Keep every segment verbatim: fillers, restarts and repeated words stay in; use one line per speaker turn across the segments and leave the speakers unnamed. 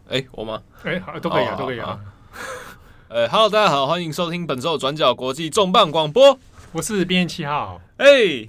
哎、欸，我吗？
哎、欸，好，都可以啊，都可以啊。
呃、欸、，Hello， 大家好，欢迎收听本周转角国际重磅广播，
我是编辑七号。
哎、欸，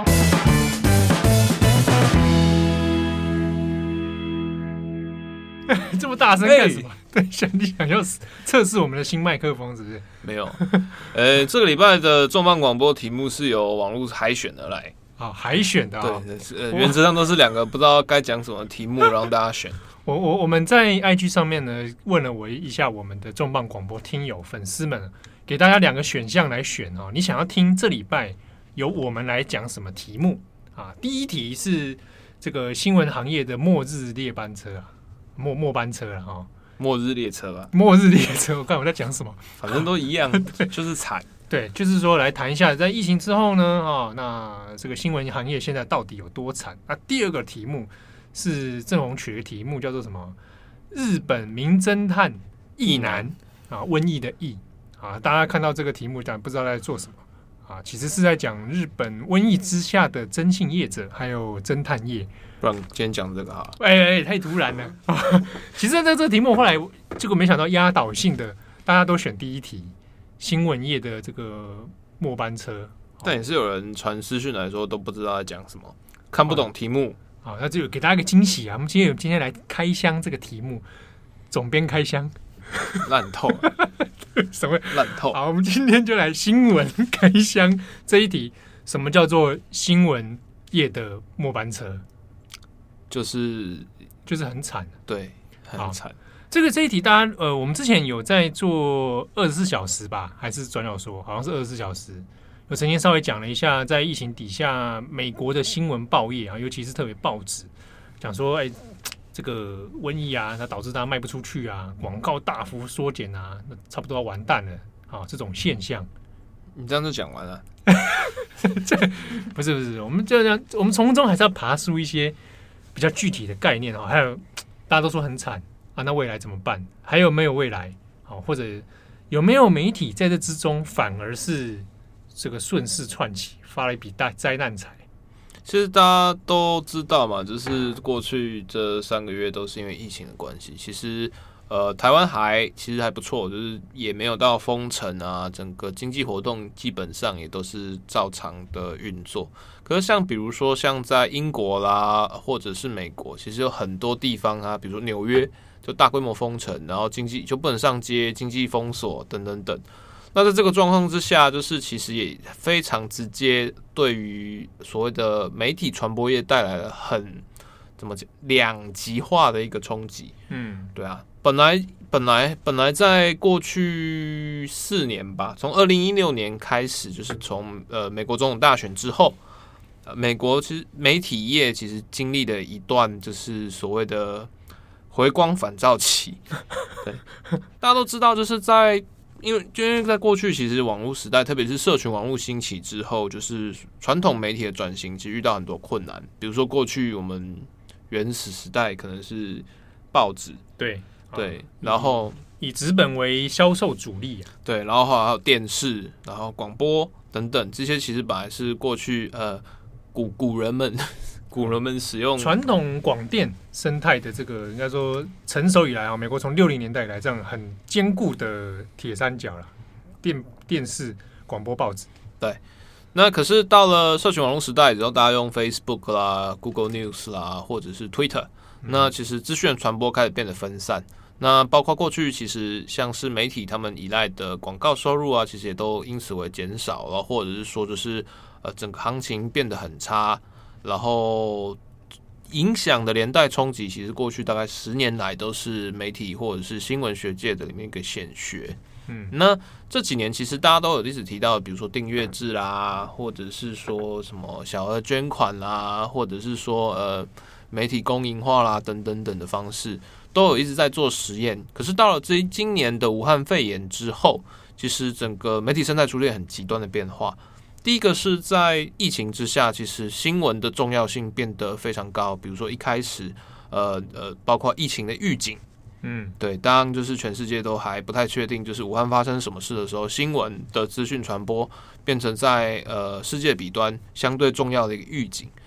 这么大声干什么？欸、对，想你想要测试我们的新麦克风是不是？
没有。呃、欸，这个礼拜的重磅广播题目是由网络海选而来。
啊，海选的啊、哦，
对，呃，原则上都是两个不知道该讲什么题目，让大家选。
我我我们在 I G 上面呢，问了我一下我们的重磅广播听友粉丝们，给大家两个选项来选哦。你想要听这礼拜由我们来讲什么题目啊？第一题是这个新闻行业的末日列班车啊，末末班车啊，哈，
末日列车吧，
末日列车。我看我在讲什么，
反正都一样，就是惨。
对，就是说来谈一下，在疫情之后呢，哦，那这个新闻行业现在到底有多惨？那第二个题目是郑红曲的题目，叫做什么？日本名侦探疫难啊，瘟疫的疫啊，大家看到这个题目，但不知道在做什么啊，其实是在讲日本瘟疫之下的征信业者还有侦探业。
不然今天讲这个哈，
哎哎、欸，太突然了。其实在这个题目后来，结果没想到压倒性的，大家都选第一题。新闻业的这个末班车，
但也是有人传私讯来说都不知道在讲什么，看不懂题目。
好、哦，那就给大家一个惊喜啊！我们今天今天来开箱这个题目，总编开箱，
烂透了，
什么
烂透？
好，我们今天就来新闻开箱这一题，什么叫做新闻业的末班车？
就是
就是很惨，
对，很惨。
这个这一题，大家呃，我们之前有在做二十四小时吧，还是转角说，好像是二十四小时，有曾经稍微讲了一下，在疫情底下，美国的新闻报业啊，尤其是特别报纸，讲说，哎，这个瘟疫啊，它导致大家卖不出去啊，广告大幅缩减啊，那差不多要完蛋了啊，这种现象。
你这样就讲完了？
这不是不是，我们就这样，我们从中还是要爬出一些比较具体的概念啊，还有大家都说很惨。啊，那未来怎么办？还有没有未来？好，或者有没有媒体在这之中反而是这个顺势串起，发了一笔大灾难财？
其实大家都知道嘛，就是过去这三个月都是因为疫情的关系。其实，呃，台湾还其实还不错，就是也没有到封城啊，整个经济活动基本上也都是照常的运作。可是像比如说像在英国啦，或者是美国，其实有很多地方啊，比如说纽约。就大规模封城，然后经济就不能上街，经济封锁等等等。那在这个状况之下，就是其实也非常直接对于所谓的媒体传播业带来了很怎么讲两极化的一个冲击。嗯，对啊，本来本来本来在过去四年吧，从二零一六年开始，就是从呃美国总统大选之后，呃，美国其实媒体业其实经历了一段就是所谓的。回光返照期，对，大家都知道，就是在因为因为在过去，其实网络时代，特别是社群网络兴起之后，就是传统媒体的转型，其实遇到很多困难。比如说过去我们原始时代可能是报纸，
对
对，然后
以纸本为销售主力、啊，
对，然后还有电视，然后广播等等，这些其实本来是过去呃古古人们。古人们使用
传统广电生态的这个应该说成熟以来啊，美国从六零年代以来这样很坚固的铁三角了，电电视、广播、报纸。
对，那可是到了社群网络时代之后，大家用 Facebook 啦、Google News 啦，或者是 Twitter，、嗯、那其实资讯传播开始变得分散。那包括过去其实像是媒体他们依赖的广告收入啊，其实也都因此为减少了，或者是说就是呃整个行情变得很差。然后影响的连带冲击，其实过去大概十年来都是媒体或者是新闻学界的里面一个显学。嗯，那这几年其实大家都有一直提到，比如说订阅制啦，或者是说什么小额捐款啦，或者是说呃媒体公营化啦等等等的方式，都有一直在做实验。可是到了这今年的武汉肺炎之后，其实整个媒体生态出现很极端的变化。第一个是在疫情之下，其实新闻的重要性变得非常高。比如说一开始，呃呃，包括疫情的预警，嗯，对，当就是全世界都还不太确定，就是武汉发生什么事的时候，新闻的资讯传播变成在呃世界彼端相对重要的一个预警。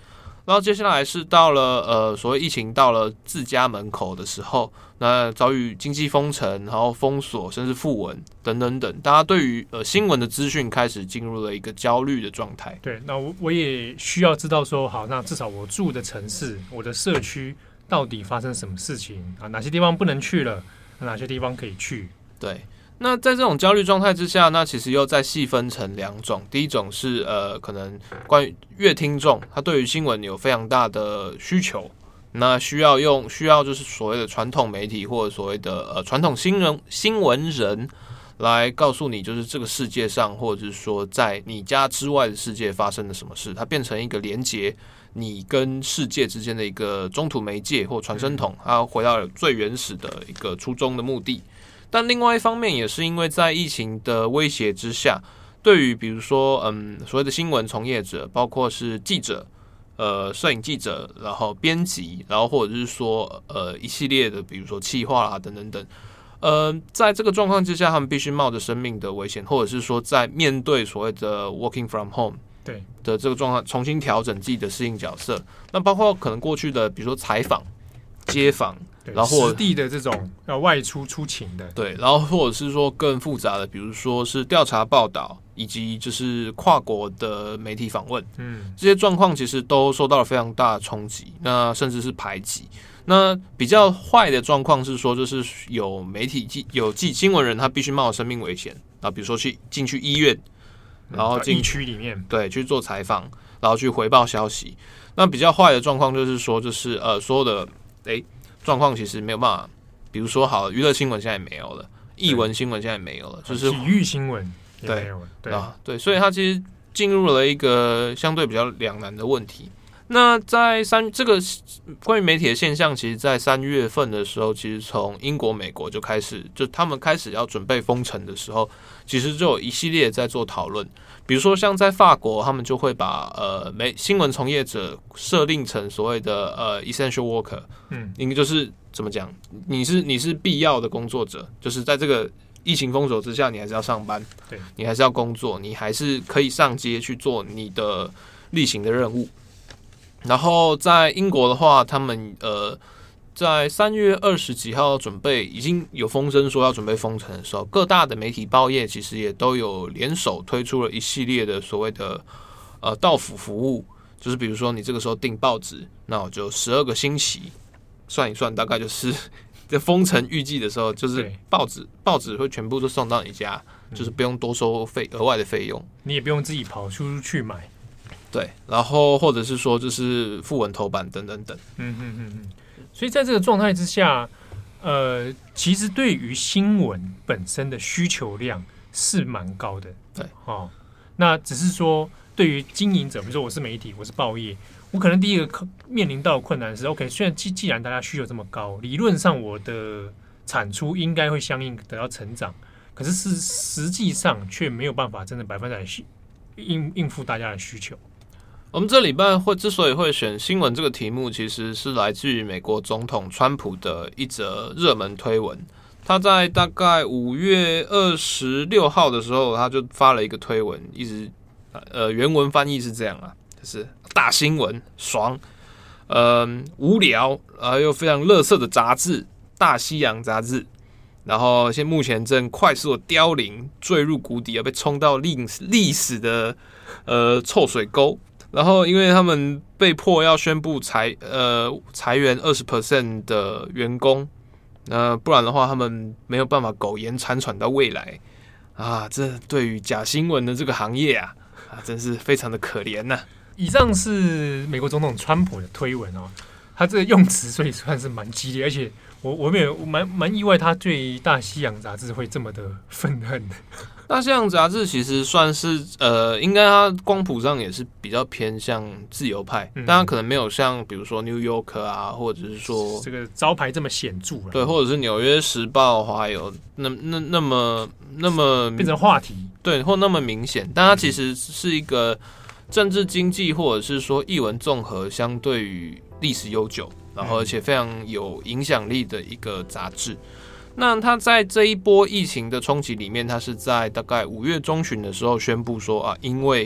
然后接下来是到了呃所谓疫情到了自家门口的时候，那遭遇经济封城，然后封锁，甚至复文等等等，大家对于呃新闻的资讯开始进入了一个焦虑的状态。
对，那我我也需要知道说，好，那至少我住的城市，我的社区到底发生什么事情啊？哪些地方不能去了？哪些地方可以去？
对。那在这种焦虑状态之下，那其实又再细分成两种。第一种是呃，可能关于乐听众，他对于新闻有非常大的需求，那需要用需要就是所谓的传统媒体或者所谓的呃传统新闻新闻人来告诉你，就是这个世界上或者是说在你家之外的世界发生了什么事，它变成一个连结你跟世界之间的一个中途媒介或传声筒，它回到了最原始的一个初衷的目的。但另外一方面，也是因为在疫情的威胁之下，对于比如说嗯所谓的新闻从业者，包括是记者、呃摄影记者，然后编辑，然后或者是说呃一系列的比如说企划啊等等等，呃在这个状况之下，他们必须冒着生命的危险，或者是说在面对所谓的 working from home
对
的这个状况，重新调整自己的适应角色。那包括可能过去的比如说采访、街访。然后
实地的这种要外出出勤的，
对，然后或者是说更复杂的，比如说是调查报道，以及就是跨国的媒体访问，嗯，这些状况其实都受到了非常大的冲击，那甚至是排挤。那比较坏的状况是说，就是有媒体记有记新闻人，他必须冒生命危险，然后比如说去进去医院，然后进
区里面，
对，去做采访，然后去回报消息。那比较坏的状况就是说，就是呃，所有的诶。状况其实没有办法，比如说好，娱乐新闻现在也没有了，艺文新闻现在也没有了，就是
体育新闻也没有了，
对啊，对，所以它其实进入了一个相对比较两难的问题。那在三这个关于媒体的现象，其实在三月份的时候，其实从英国、美国就开始，就他们开始要准备封城的时候，其实就有一系列在做讨论。比如说像在法国，他们就会把呃媒新闻从业者设定成所谓的呃 essential worker， 嗯，应该就是怎么讲，你是你是必要的工作者，就是在这个疫情封锁之下，你还是要上班，
对，
你还是要工作，你还是可以上街去做你的例行的任务。然后在英国的话，他们呃在三月二十几号准备已经有风声说要准备封城的时候，各大的媒体报业其实也都有联手推出了一系列的所谓的呃到府服务，就是比如说你这个时候订报纸，那我就十二个星期算一算，大概就是在封城预计的时候，就是报纸报纸会全部都送到你家，就是不用多收费额外的费用，
你也不用自己跑出去买。
对，然后或者是说就是副文头版等等等，
嗯嗯嗯嗯。所以在这个状态之下，呃，其实对于新闻本身的需求量是蛮高的，
对
哦。那只是说，对于经营者，比如说我是媒体，我是报业，我可能第一个面临到的困难是 ，OK， 虽然既既然大家需求这么高，理论上我的产出应该会相应得到成长，可是是实际上却没有办法真的百分百应应付大家的需求。
我们这礼拜会之所以会选新闻这个题目，其实是来自于美国总统川普的一则热门推文。他在大概五月二十六号的时候，他就发了一个推文，一直呃原文翻译是这样啊，就是大新闻爽，呃无聊啊又非常垃圾的杂志《大西洋杂志》，然后现目前正快速的凋零，坠入谷底，要被冲到历历史的呃臭水沟。然后，因为他们被迫要宣布裁呃裁员 百分之二十 的员工，那不然的话，他们没有办法苟延残喘到未来啊！这对于假新闻的这个行业啊，啊，真是非常的可怜呐、啊。
以上是美国总统川普的推文哦，他这个用词所以算是蛮激烈，而且我我也蛮蛮意外，他对大西洋杂志会这么的愤恨的。
大西洋杂志其实算是呃，应该它光谱上也是比较偏向自由派，嗯、但它可能没有像比如说 New York 啊，或者是说
这个招牌这么显著了，
对，或者是纽约时报还有那那那么那么
变成话题，
对，或那么明显，但它其实是一个政治经济或者是说艺文综合，相对于历史悠久，然后而且非常有影响力的一个杂志。那他在这一波疫情的冲击里面，他是在大概五月中旬的时候宣布说啊，因为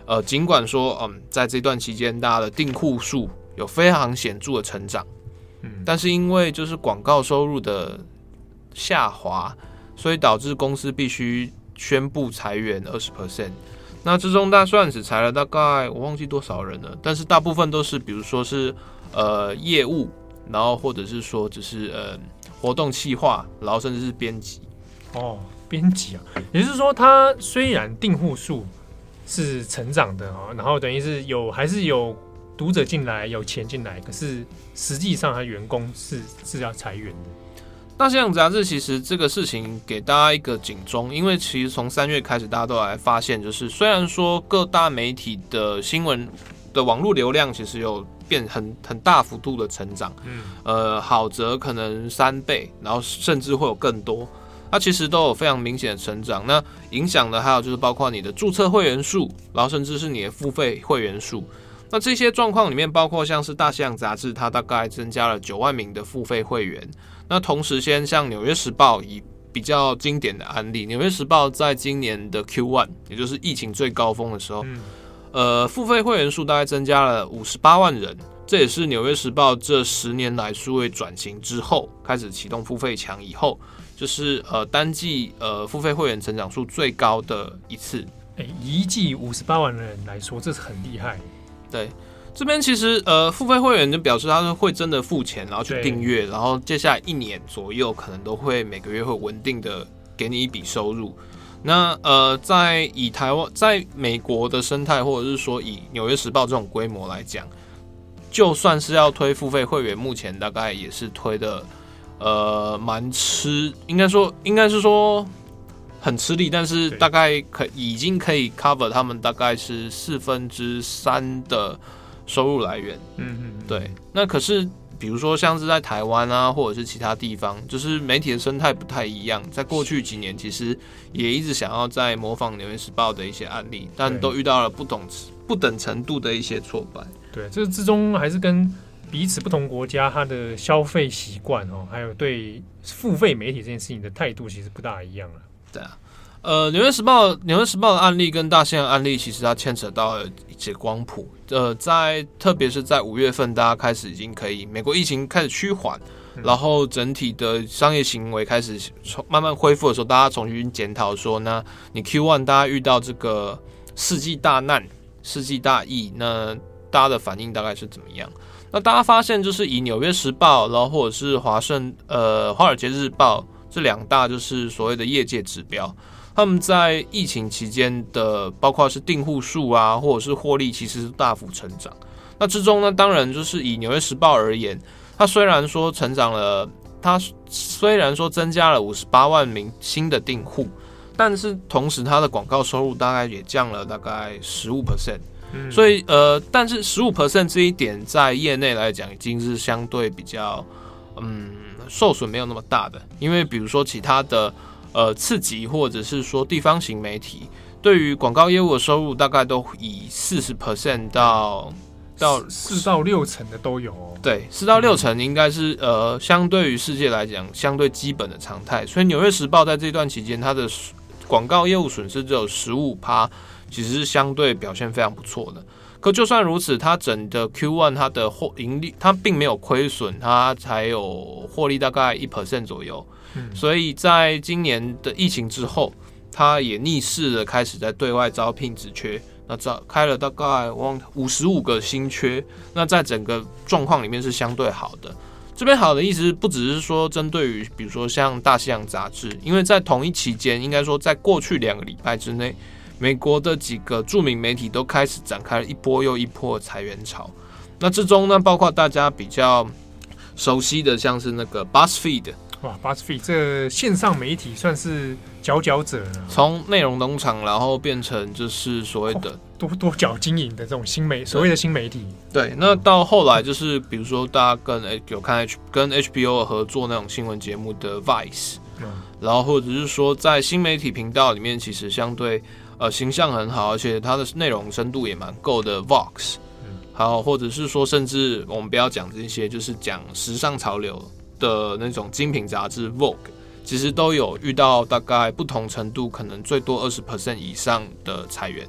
呃，尽管说嗯，在这段期间大家的订户数有非常显著的成长，嗯，但是因为就是广告收入的下滑，所以导致公司必须宣布裁员 百分之二十。那之中大虽然只裁了大概我忘记多少人了，但是大部分都是比如说是呃业务，然后或者是说只是呃活动企划，然后甚至是编辑。
哦，编辑啊，也就是说，它虽然订户数是成长的哦，然后等于是有还是有读者进来，有钱进来，可是实际上它员工是是要裁员的。
大西洋杂志其实这个事情给大家一个警钟，因为其实从三月开始，大家都来发现，就是虽然说各大媒体的新闻的网络流量其实有变很很大幅度的成长，嗯，呃，好则可能三倍，然后甚至会有更多，它其实都有非常明显的成长。那影响的还有就是包括你的注册会员数，然后甚至是你的付费会员数。那这些状况里面，包括像是大西洋杂志，它大概增加了九万名的付费会员。那同时，先像纽约时报以比较经典的案例，纽约时报在今年的 Q 一，也就是疫情最高峰的时候，嗯、呃，付费会员数大概增加了五十八万人，这也是纽约时报这十年来数位转型之后开始启动付费墙以后，就是呃单季呃付费会员成长数最高的一次。
欸、一季五十八万人来说，这是很厉害。
对，这边其实呃，付费会员就表示他是会真的付钱，然后去订阅，然后接下来一年左右可能都会每个月会稳定的给你一笔收入。那呃，在以台湾在美国的生态，或者是说以纽约时报这种规模来讲，就算是要推付费会员，目前大概也是推的呃蛮吃，应该说应该是说。很吃力，但是大概可已经可以 cover 他们大概是四分之三的收入来源。嗯嗯，对。那可是比如说像是在台湾啊，或者是其他地方，就是媒体的生态不太一样。在过去几年，其实也一直想要在模仿纽约时报的一些案例，但都遇到了不同不等程度的一些挫败。
对，这之中还是跟彼此不同国家它的消费习惯哦，还有对付费媒体这件事情的态度，其实不大一样了。
对啊，呃，纽约时报纽约时报的案例跟大西洋案例，其实它牵扯到了一些光谱。呃，在特别是在五月份，大家开始已经可以，美国疫情开始趋缓，嗯、然后整体的商业行为开始慢慢恢复的时候，大家重新检讨说，那你 Q 一 大家遇到这个世纪大难、世纪大疫，那大家的反应大概是怎么样？那大家发现，就是以纽约时报，然后或者是华盛呃华尔街日报。这两大就是所谓的业界指标，他们在疫情期间的，包括是订户数啊，或者是获利，其实是大幅成长。那之中呢，当然就是以纽约时报而言，它虽然说成长了，它虽然说增加了五十八万名新的订户，但是同时它的广告收入大概也降了大概 百分之十五。嗯、所以呃，但是 百分之十五 这一点在业内来讲，已经是相对比较嗯。受损没有那么大的，因为比如说其他的呃次级或者是说地方型媒体，对于广告业务的收入大概都以 百分之四十 到到
四到六成的都有、哦。
对，四到六成应该是呃相对于世界来讲相对基本的常态。所以纽约时报在这段期间，它的广告业务损失只有 百分之十五， 其实是相对表现非常不错的。可就算如此，它整的 Q 一 它的获盈利，它并没有亏损，它才有获利大概 百分之一 左右。嗯、所以在今年的疫情之后，它也逆势的开始在对外招聘职缺，那招开了大概五十五个新缺，那在整个状况里面是相对好的。这边好的意思不只是说针对于比如说像大西洋杂志，因为在同一期间，应该说在过去两个礼拜之内。美国的几个著名媒体都开始展开了一波又一波的裁员潮，那之中呢，包括大家比较熟悉的，像是那个 BuzzFeed，
哇 ，BuzzFeed 这线上媒体算是佼佼者了，
从内容农场，然后变成就是所谓的、哦、
多多角经营的这种新媒，所谓的新媒体。
对，那到后来就是比如说大家跟有看 H 跟 H B O 合作那种新闻节目的 Vice，、嗯、然后或者是说在新媒体频道里面，其实相对。呃，形象很好，而且它的内容深度也蛮够的 Vox， 还有或者是说，甚至我们不要讲这些，就是讲时尚潮流的那种精品杂志 Vogue， 其实都有遇到大概不同程度，可能最多 百分之二十 以上的裁员。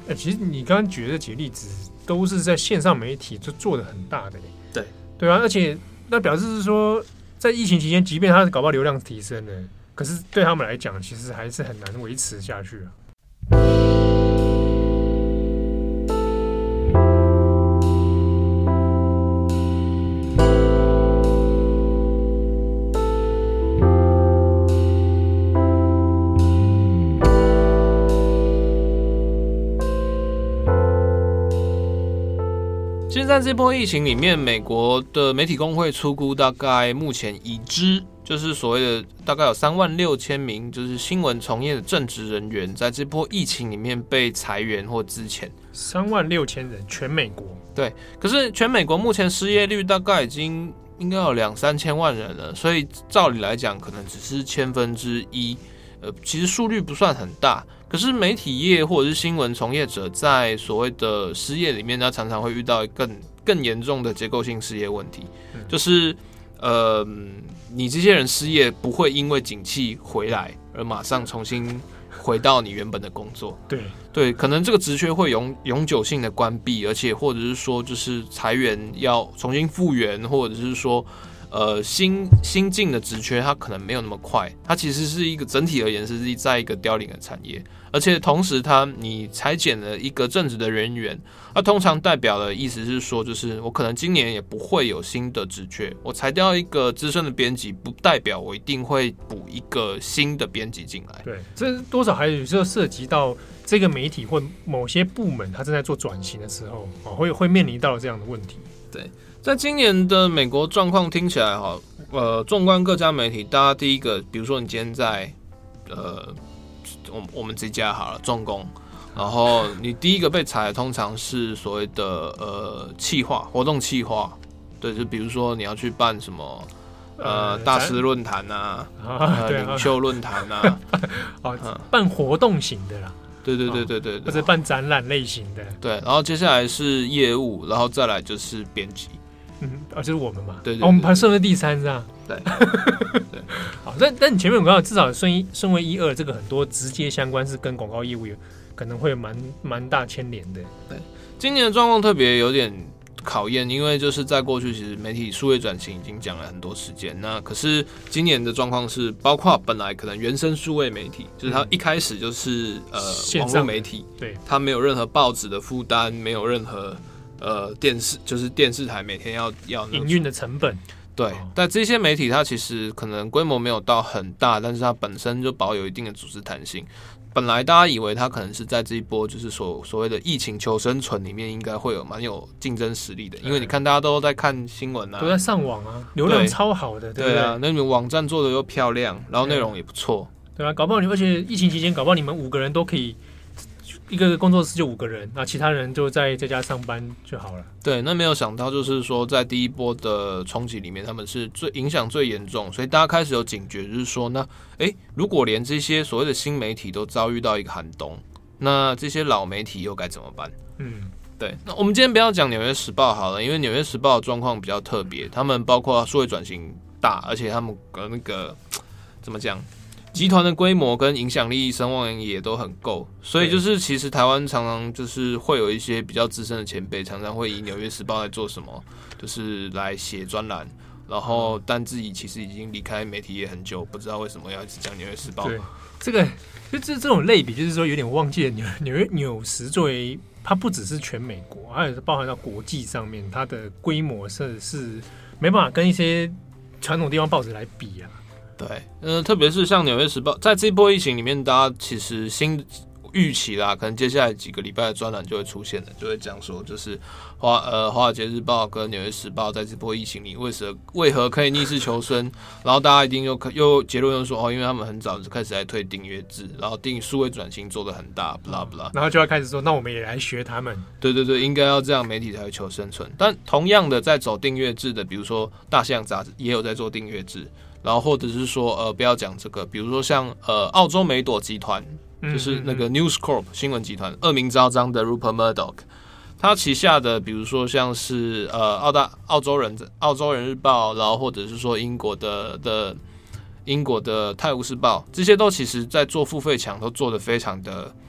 欸、其实你刚刚举的这几个例子，都是在线上媒体就做的很大的、欸，
对
对啊，而且那表示是说，在疫情期间，即便它搞不好流量提升了，可是对他们来讲，其实还是很难维持下去啊。
其实在这波疫情里面，美国的媒体工会初估大概目前已知就是所谓的大概有三万六千名就是新闻从业的正职人员，在这波疫情里面被裁员或资遣。
三万六千人，全美国。
对，可是全美国目前失业率大概已经应该有两三千万人了，所以照理来讲，可能只是千分之一。呃，其实数率不算很大，可是媒体业或者是新闻从业者在所谓的失业里面，他常常会遇到更更严重的结构性失业问题，嗯、就是呃，你这些人失业不会因为景气回来而马上重新回到你原本的工作，
对
对，可能这个职缺会永永久性的关闭，而且或者是说就是裁员要重新复原，或者是说。呃，新新进的职缺，它可能没有那么快，它其实是一个整体而言是在一个凋零的产业，而且同时它你裁减了一个正职的人员，那通常代表的意思是说，就是我可能今年也不会有新的职缺，我裁掉一个资深的编辑，不代表我一定会补一个新的编辑进来。
对，这多少还有时候涉及到这个媒体或某些部门，它正在做转型的时候，会会面临到这样的问题。
对。在今年的美国状况听起来哈，呃，纵观各家媒体，大家第一个，比如说你今天在，呃，我我们这家好了，重工，然后你第一个被裁的通常是所谓的呃企划活动企划，对，就比如说你要去办什么呃大师论坛啊，呃领袖论坛啊，
哦，办活动型的啦。
对对对对对，
或者办展览类型的。
对，然后接下来是业务，然后再来就是编辑。
嗯，啊，就是我们嘛。
对 对, 对, 对,
对、哦，我们排顺位第三是吧？
对。对。
好，但但你前面我刚刚至少顺顺位一二，这个很多直接相关是跟广告业务有可能会有蛮蛮大牵连的。
对，今年的状况特别有点考验，因为就是在过去其实媒体数位转型已经讲了很多时间，那可是今年的状况是，包括本来可能原生数位媒体，就是它一开始就是、嗯、呃网络媒体，
对，
它没有任何报纸的负担，没有任何呃电视就是电视台每天要要
营运的成本。
对，但这些媒体它其实可能规模没有到很大，但是它本身就保有一定的组织弹性。本来大家以为它可能是在这一波就是所所谓的疫情求生存里面，应该会有蛮有竞争实力的，因为你看大家都在看新闻啊，
都在上网啊，流量超好的， 对, 对, 对啊，
那你们网站做的又漂亮，然后内容也不错，
对啊，搞不好你而且疫情期间搞不好你们五个人都可以。一个工作室就五个人，那其他人就在这家上班就好了。
对，那没有想到就是说，在第一波的冲击里面，他们是最影响最严重，所以大家开始有警觉，就是说，那诶，如果连这些所谓的新媒体都遭遇到一个寒冬，那这些老媒体又该怎么办？嗯，对。那我们今天不要讲《纽约时报》好了，因为《纽约时报》的状况比较特别，他们包括数位转型大，而且他们呃那个怎么讲？集团的规模跟影响力、声望也都很够，所以就是其实台湾常常就是会有一些比较资深的前辈，常常会以《纽约时报》来做什么，就是来写专栏，然后但自己其实已经离开媒体业很久，不知道为什么要一直讲《纽约时报》。
对，这个就这这种类比，就是说有点忘记了纽纽约纽时作为它不只是全美国，还有包含到国际上面，它的规模是是没办法跟一些传统地方报纸来比啊。
对，呃，特别是像《纽约时报》在这波疫情里面，大家其实新预期啦，可能接下来几个礼拜的专栏就会出现了，就会讲说，就是华呃《华尔街日报》跟《纽约时报》在这波疫情里为何为何可以逆势求生，然后大家一定又又结论又说哦，因为他们很早就开始在推订阅制，然后订数位转型做得很大，不啦不啦，
然后就要开始说，那我们也来学他们。
对对对，应该要这样，媒体才会求生存。但同样的，在走订阅制的，比如说大西洋杂志也有在做订阅制。然后或者是说，呃，不要讲这个，比如说像呃澳洲梅朵集团，就是那个 News Corp 新闻集团，恶名昭彰的 Rupert Murdoch， 他旗下的比如说像是呃澳大澳洲人澳洲人日报，然后或者是说英国的的英国的泰晤士报，这些都其实在做付费墙都做得非常的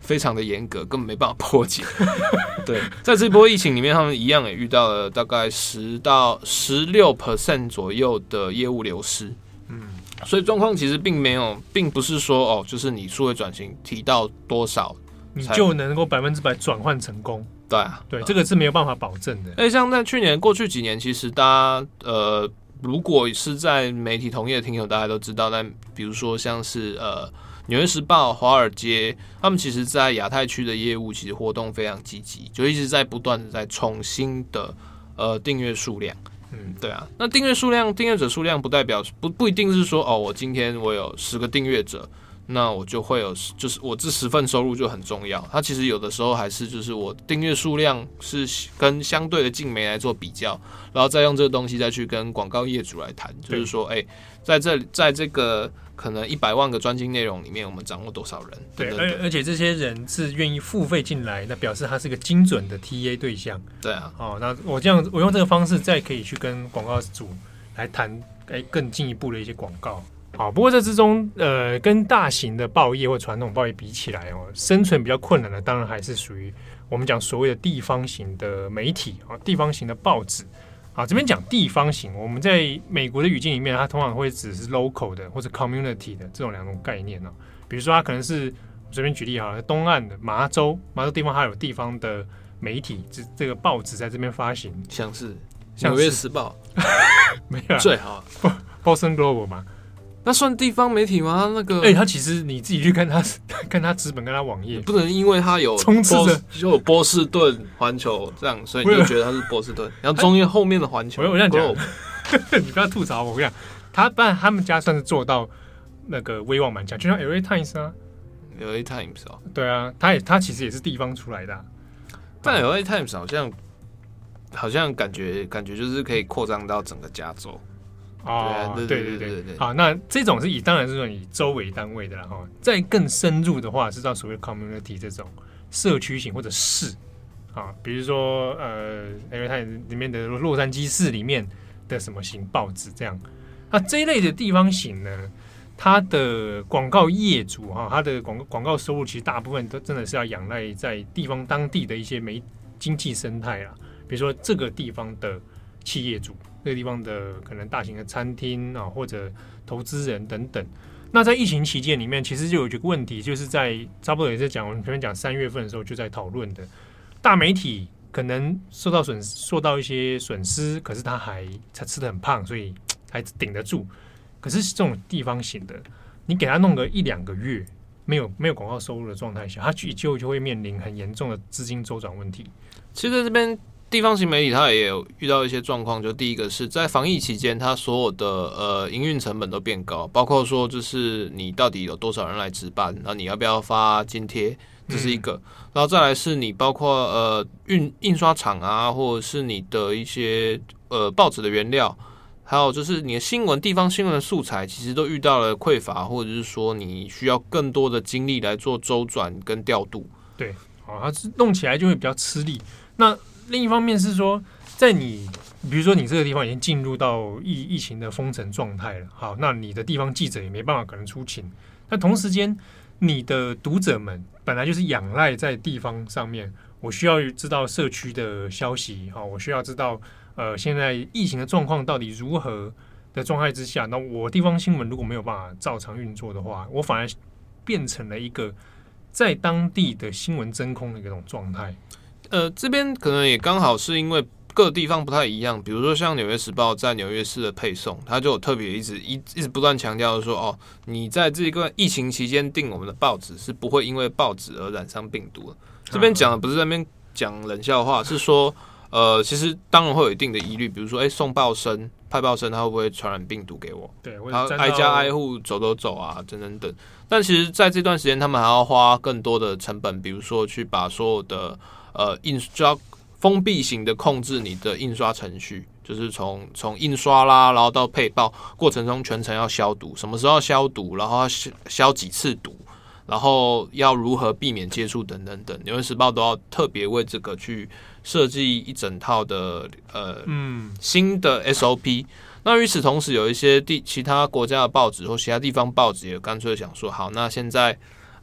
非常的严格，根本没办法破解。对，在这波疫情里面，他们一样也遇到了大概十到十六 percent 左右的业务流失。嗯，所以状况其实并没有，并不是说哦，就是你数位转型提到多少，
你就能够百分之百转换成功。
对啊，
对，这个是没有办法保证的。
而且像在去年过去几年，其实大家呃，如果是在媒体同业的听友，大家都知道，但比如说像是呃。纽约时报、华尔街，他们其实在亚太区的业务其实活动非常积极，就一直在不断的在冲新的呃订阅数量。嗯，对啊，那订阅数量、订阅者数量不代表不不一定是说哦，我今天我有十个订阅者，那我就会有，就是我这十份收入就很重要。它其实有的时候还是就是我订阅数量是跟相对的净媒来做比较，然后再用这个东西再去跟广告业主来谈，就是说，哎、欸，在这在这个可能一百万个专精内容里面，我们掌握多少人？
对，而而且这些人是愿意付费进来，那表示他是个精准的 T A 对象。
对啊，
哦，那我这样我用这个方式，再可以去跟广告主来谈，哎、欸，更进一步的一些广告。好，不过这之中，呃，跟大型的报业或传统报业比起来哦，生存比较困难的，当然还是属于我们讲所谓的地方型的媒体啊，地方型的报纸。啊，这边讲地方型，我们在美国的语境里面，它通常会指是 local 的或者 community 的这种两种概念呢、啊。比如说，它可能是我随便举例好了，东岸的麻州，麻州地方它有地方的媒体，这这个报纸在这边发行，
像是纽约时报，
没有、啊、
最好
Boston Globe 嘛。
那算地方媒体吗？那个，
哎、欸，他其实你自己去看他，看他纸本，跟他网页，
不能因为他有
充斥着
就有波士顿环球这样，所以你就觉得他是波士顿，然后中间后面的环球，
我我这样讲，你不要吐槽我，我跟你讲，他不然他们家算是做到那个威望蛮强，就像 L A Times 啊
，L A Times 哦，
对啊，他也他其实也是地方出来的、啊，
但 L A Times 好像好像感觉感觉就是可以扩张到整个加州。
哦，对对 对, 对, 对, 对，好，那这种是以当然是说以州为单位的啦哈，再更深入的话是到所谓的 community 这种社区型或者市啊，比如说呃，因为它里面的洛杉矶市里面的什么型报纸这样，那这一类的地方型呢，它的广告业主哈，它的广广告收入其实大部分都真的是要仰赖在地方当地的一些媒经济生态啦，比如说这个地方的企业主。这个地方的可能大型的餐厅啊，或者投资人等等。那在疫情期间里面，其实就有一个问题，就是在差不多也是讲我们前面讲三月份的时候就在讨论的，大媒体可能受到损受到一些损失，可是他还他吃得很胖，所以还顶得住。可是这种地方型的，你给他弄个一两个月，没有没有广告收入的状态下，他就就会面临很严重的资金周转问题。
其实在这边。地方型媒体它也有遇到一些状况，就第一个是在防疫期间，它所有的呃营运成本都变高，包括说就是你到底有多少人来值班，然后你要不要发津贴，这是一个，嗯、然后再来是你包括呃运印刷厂啊，或者是你的一些呃报纸的原料，还有就是你的新闻地方新闻的素材，其实都遇到了匮乏，或者是说你需要更多的精力来做周转跟调度。
对，好，它弄起来就会比较吃力。那另一方面是说，在你比如说你这个地方已经进入到疫疫情的封城状态了，好，那你的地方记者也没办法可能出勤。那同时间，你的读者们本来就是仰赖在地方上面，我需要知道社区的消息，好，我需要知道呃现在疫情的状况到底如何的状态之下，那我地方新闻如果没有办法照常运作的话，我反而变成了一个在当地的新闻真空的一种状态。
呃，这边可能也刚好是因为各地方不太一样，比如说像《纽约时报》在纽约市的配送，它就有特别一直一一直不断强调说，哦，你在这个疫情期间订我们的报纸是不会因为报纸而染上病毒的。这边讲的不是在那边讲冷笑话，是说，呃，其实当然会有一定的疑虑，比如说，哎，送报生、派报生，他会不会传染病毒给我？
对，
他挨家挨户走走走啊，等等等。但其实在这段时间，他们还要花更多的成本，比如说去把所有的呃印就要封闭型的控制你的印刷程序，就是从从印刷啦，然后到配报过程中全程要消毒，什么时候要消毒，然后要消几次毒，然后要如何避免接触等等等。纽约时报都要特别为这个去设计一整套的呃、嗯、新的 S O P。那与此同时，有一些地其他国家的报纸或其他地方报纸也干脆想说，好，那现在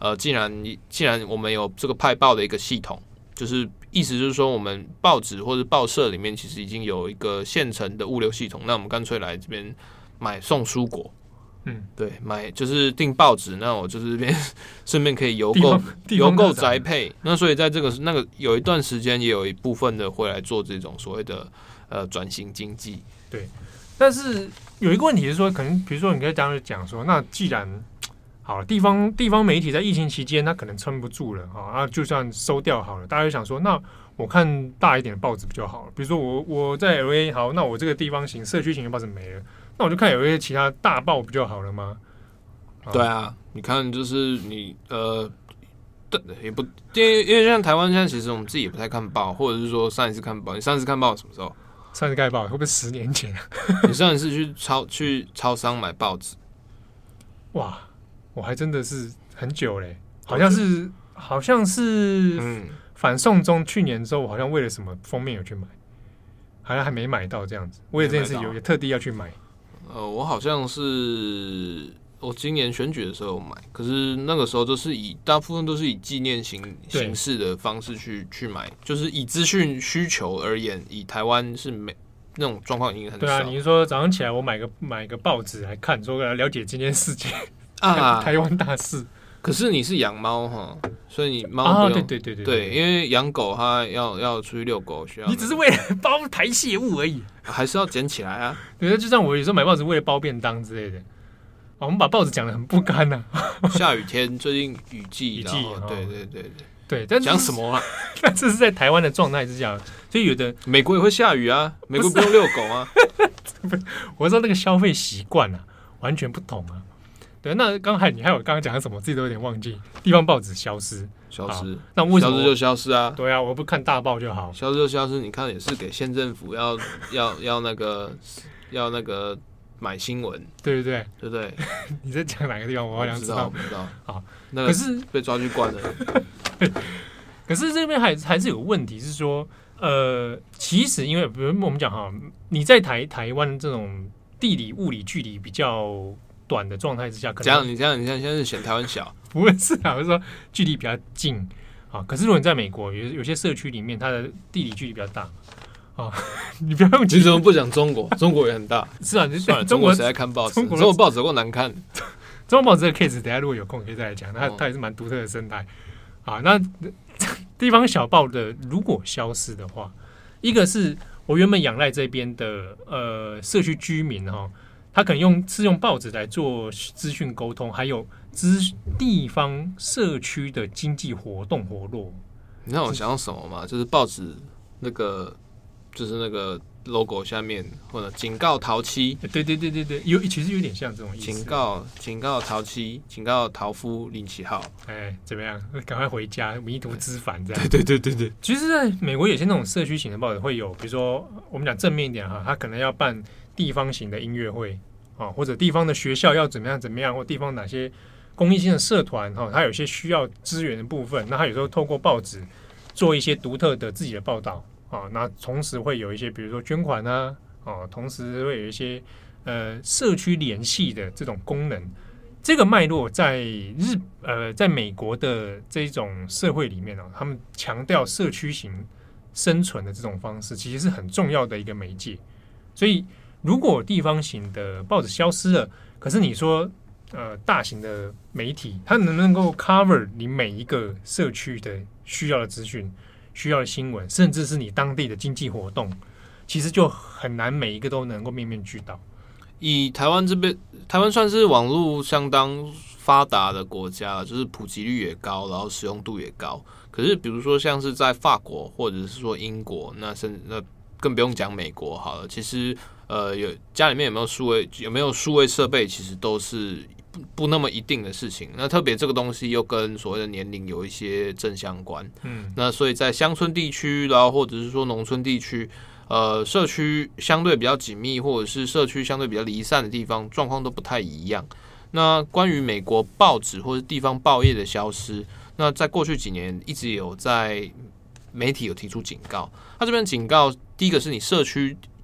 呃，既然既然我们有这个派报的一个系统，就是意思就是说，我们报纸或者报社里面其实已经有一个现成的物流系统，那我们干脆来这边买送蔬果。嗯，对，买就是订报纸，那我就是这边顺便可以邮购邮购宅配。那所以在这个那个有一段时间，也有一部分的会来做这种所谓的呃转型经济。
对，但是有一个问题是说，可能比如说你可以当时讲说，那既然好地方地方媒体在疫情期间，它可能撑不住了啊，那就算收掉好了，大家就想说，那我看大一点的报纸不就好了？比如说我我在 L A 好，那我这个地方型社区型的报纸没了。那我就看有一些其他大报不就好了吗？
对啊，你看就是你呃，也不因为因为像台湾现在其实我们自己也不太看报，或者是说上一次看报，你上一次看报什么时候？
上一次看报会不会十年前？
你上一次去超去超商买报纸？
哇，我还真的是很久嘞，好像是好像是嗯，反送中去年之后，我好像为了什么封面有去买，好像还没买到这样子。为了这件事有也特地要去买。
呃，我好像是我今年选举的时候买，可是那个时候都是以大部分都是以纪念形形式的方式去去买，就是以资讯需求而言，以台湾是没那种状况已经很少。
对啊，你是说早上起来我买个买个报纸来看，说来了解今天事件啊，台湾大事。
可是你是养猫哈，所以你猫
啊，对对对对
对，因为养狗它要要出去遛狗需要，
你只是为了包排泄物而已，
还是要捡起来啊。
对，就像我有时候买报纸为了包便当之类的，我们把报纸讲得很不甘呐、
啊。下雨天，最近雨季，
雨季，
对对对
对对，
讲什么啊？
但这是在台湾的状态之下，所以有的
美国也会下雨啊，美国不用遛狗啊。
我说那个消费习惯啊，完全不同啊。对，那刚才你还有刚刚讲的什么，我自己都有点忘记。地方报纸消失，
消失，
那为什么
消失就消失啊？
对啊，我不看大报就好。
消失就消失，你看也是给县政府要要要那个要那个买新闻，
对不对？
对不对？
你在讲哪个地方？我好想知道。
不知道。
好，
那可是被抓去关了。
可是这边还还是有问题，是说，呃，其实因为比如我们讲哈，你在台台湾这种地理物理距离比较短的状态之下，可能
这样你这样你现在是嫌台湾小？
不是啊，我是说距离比较近啊。可是如果你在美国，有有些社区里面，它的地理距离比较大啊。你不要用，
你怎么不讲中国？中国也很大。
是啊，
算了，中国谁在看报纸？中国报纸够难看。
中国报纸的 case， 等一下如果有空可以再来讲。它它也是蛮独特的生态啊。那地方小报的如果消失的话，一个是我原本仰赖这边的呃社区居民哈。他可能用是用报纸来做资讯沟通，还有资地方社区的经济活动活络。
你知道我想到什么吗？就是报纸那个，就是那个 logo 下面或者警告陶七，
对对对对对，有其实有点像这种意思。
警告警告陶七，警告陶夫林启浩。
哎，怎么样？赶快回家，迷途知返这样。
对对对对对。
其实，在美国有些那种社区型的报纸会有，比如说我们讲正面一点哈，他可能要办地方型的音乐会啊，或者地方的学校要怎么样怎么样，或地方哪些公益性的社团哈，它有一些需要资源的部分，那它有时候透过报纸做一些独特的自己的报道啊，那同时会有一些比如说捐款啊，啊，同时会有一些呃社区联系的这种功能。这个脉络在日呃在美国的这种社会里面啊，他们强调社区型生存的这种方式，其实是很重要的一个媒介，所以。如果地方型的报纸消失了，可是你说，呃，大型的媒体它能不能够 cover 你每一个社区的需要的资讯、需要的新闻，甚至是你当地的经济活动，其实就很难每一个都能够面面俱到。
以台湾这边，台湾算是网络相当发达的国家，就是普及率也高，然后使用度也高。可是比如说像是在法国或者是说英国，那甚那更不用讲美国好了，其实。呃，有家里面有没有数位有没有数位设备，其实都是不不那么一定的事情。那特别这个东西又跟所谓的年龄有一些正相关。嗯，那所以在乡村地区，然后或者是说农村地区，呃，社区相对比较紧密，或者是社区相对比较离散的地方，状况都不太一样。那关于美国报纸或者地方报业的消失，那在过去几年一直有在媒体有提出警告。他这边警告，第一个是你社区。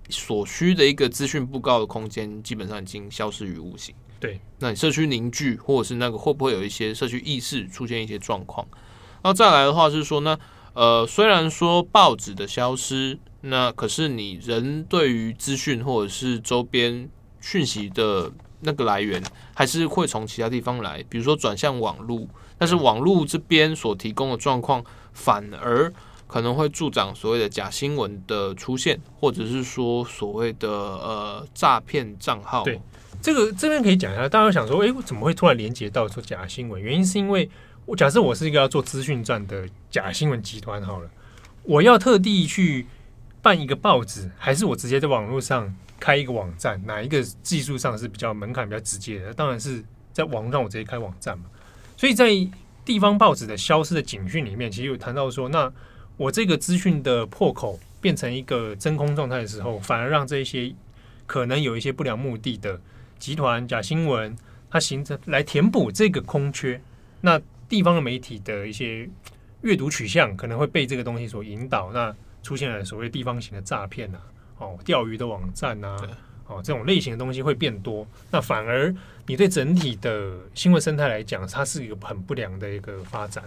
所需的一个资讯布告的空间，基本上已经消失于无形。
对，
那你社区凝聚，或者是那个会不会有一些社区意识出现一些状况？然后再来的话是说呢，呃，虽然说报纸的消失，那可是你人对于资讯或者是周边讯息的那个来源，还是会从其他地方来，比如说转向网络，但是网络这边所提供的状况，反而可能会助长所谓的假新闻的出现，或者是说所谓的呃诈骗账号。
对，这个这边可以讲一下，大家想说，哎，怎么会突然连接到说假新闻？原因是因为我假设我是一个要做资讯站的假新闻集团好了，我要特地去办一个报纸，还是我直接在网络上开一个网站？哪一个技术上是比较门槛比较直接的？当然是在网络上我直接开网站嘛。所以在地方报纸的消失的警讯里面，其实有谈到说，那我这个资讯的破口变成一个真空状态的时候，反而让这些可能有一些不良目的的集团假新闻，它形成来填补这个空缺。那地方的媒体的一些阅读取向可能会被这个东西所引导，那出现了所谓地方型的诈骗啊，哦，钓鱼的网站啊，哦，这种类型的东西会变多。那反而你对整体的新闻生态来讲，它是一个很不良的一个发展。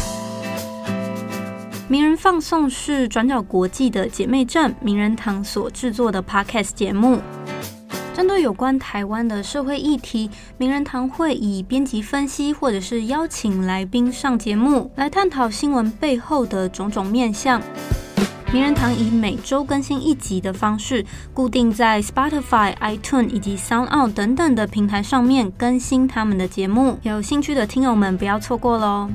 名人放送是转角国际的姐妹站名人堂所制作的 Podcast 节目，针对有关台湾的社会议题，名人堂会以编辑分析或者是邀请来宾上节目，来探讨新闻背后的种种面向。名人堂以每周更新一集的方式，固定在 Spotify、iTunes 以及 SoundOn 等等的平台上面更新他们的节目，有兴趣的听友们不要错过咯。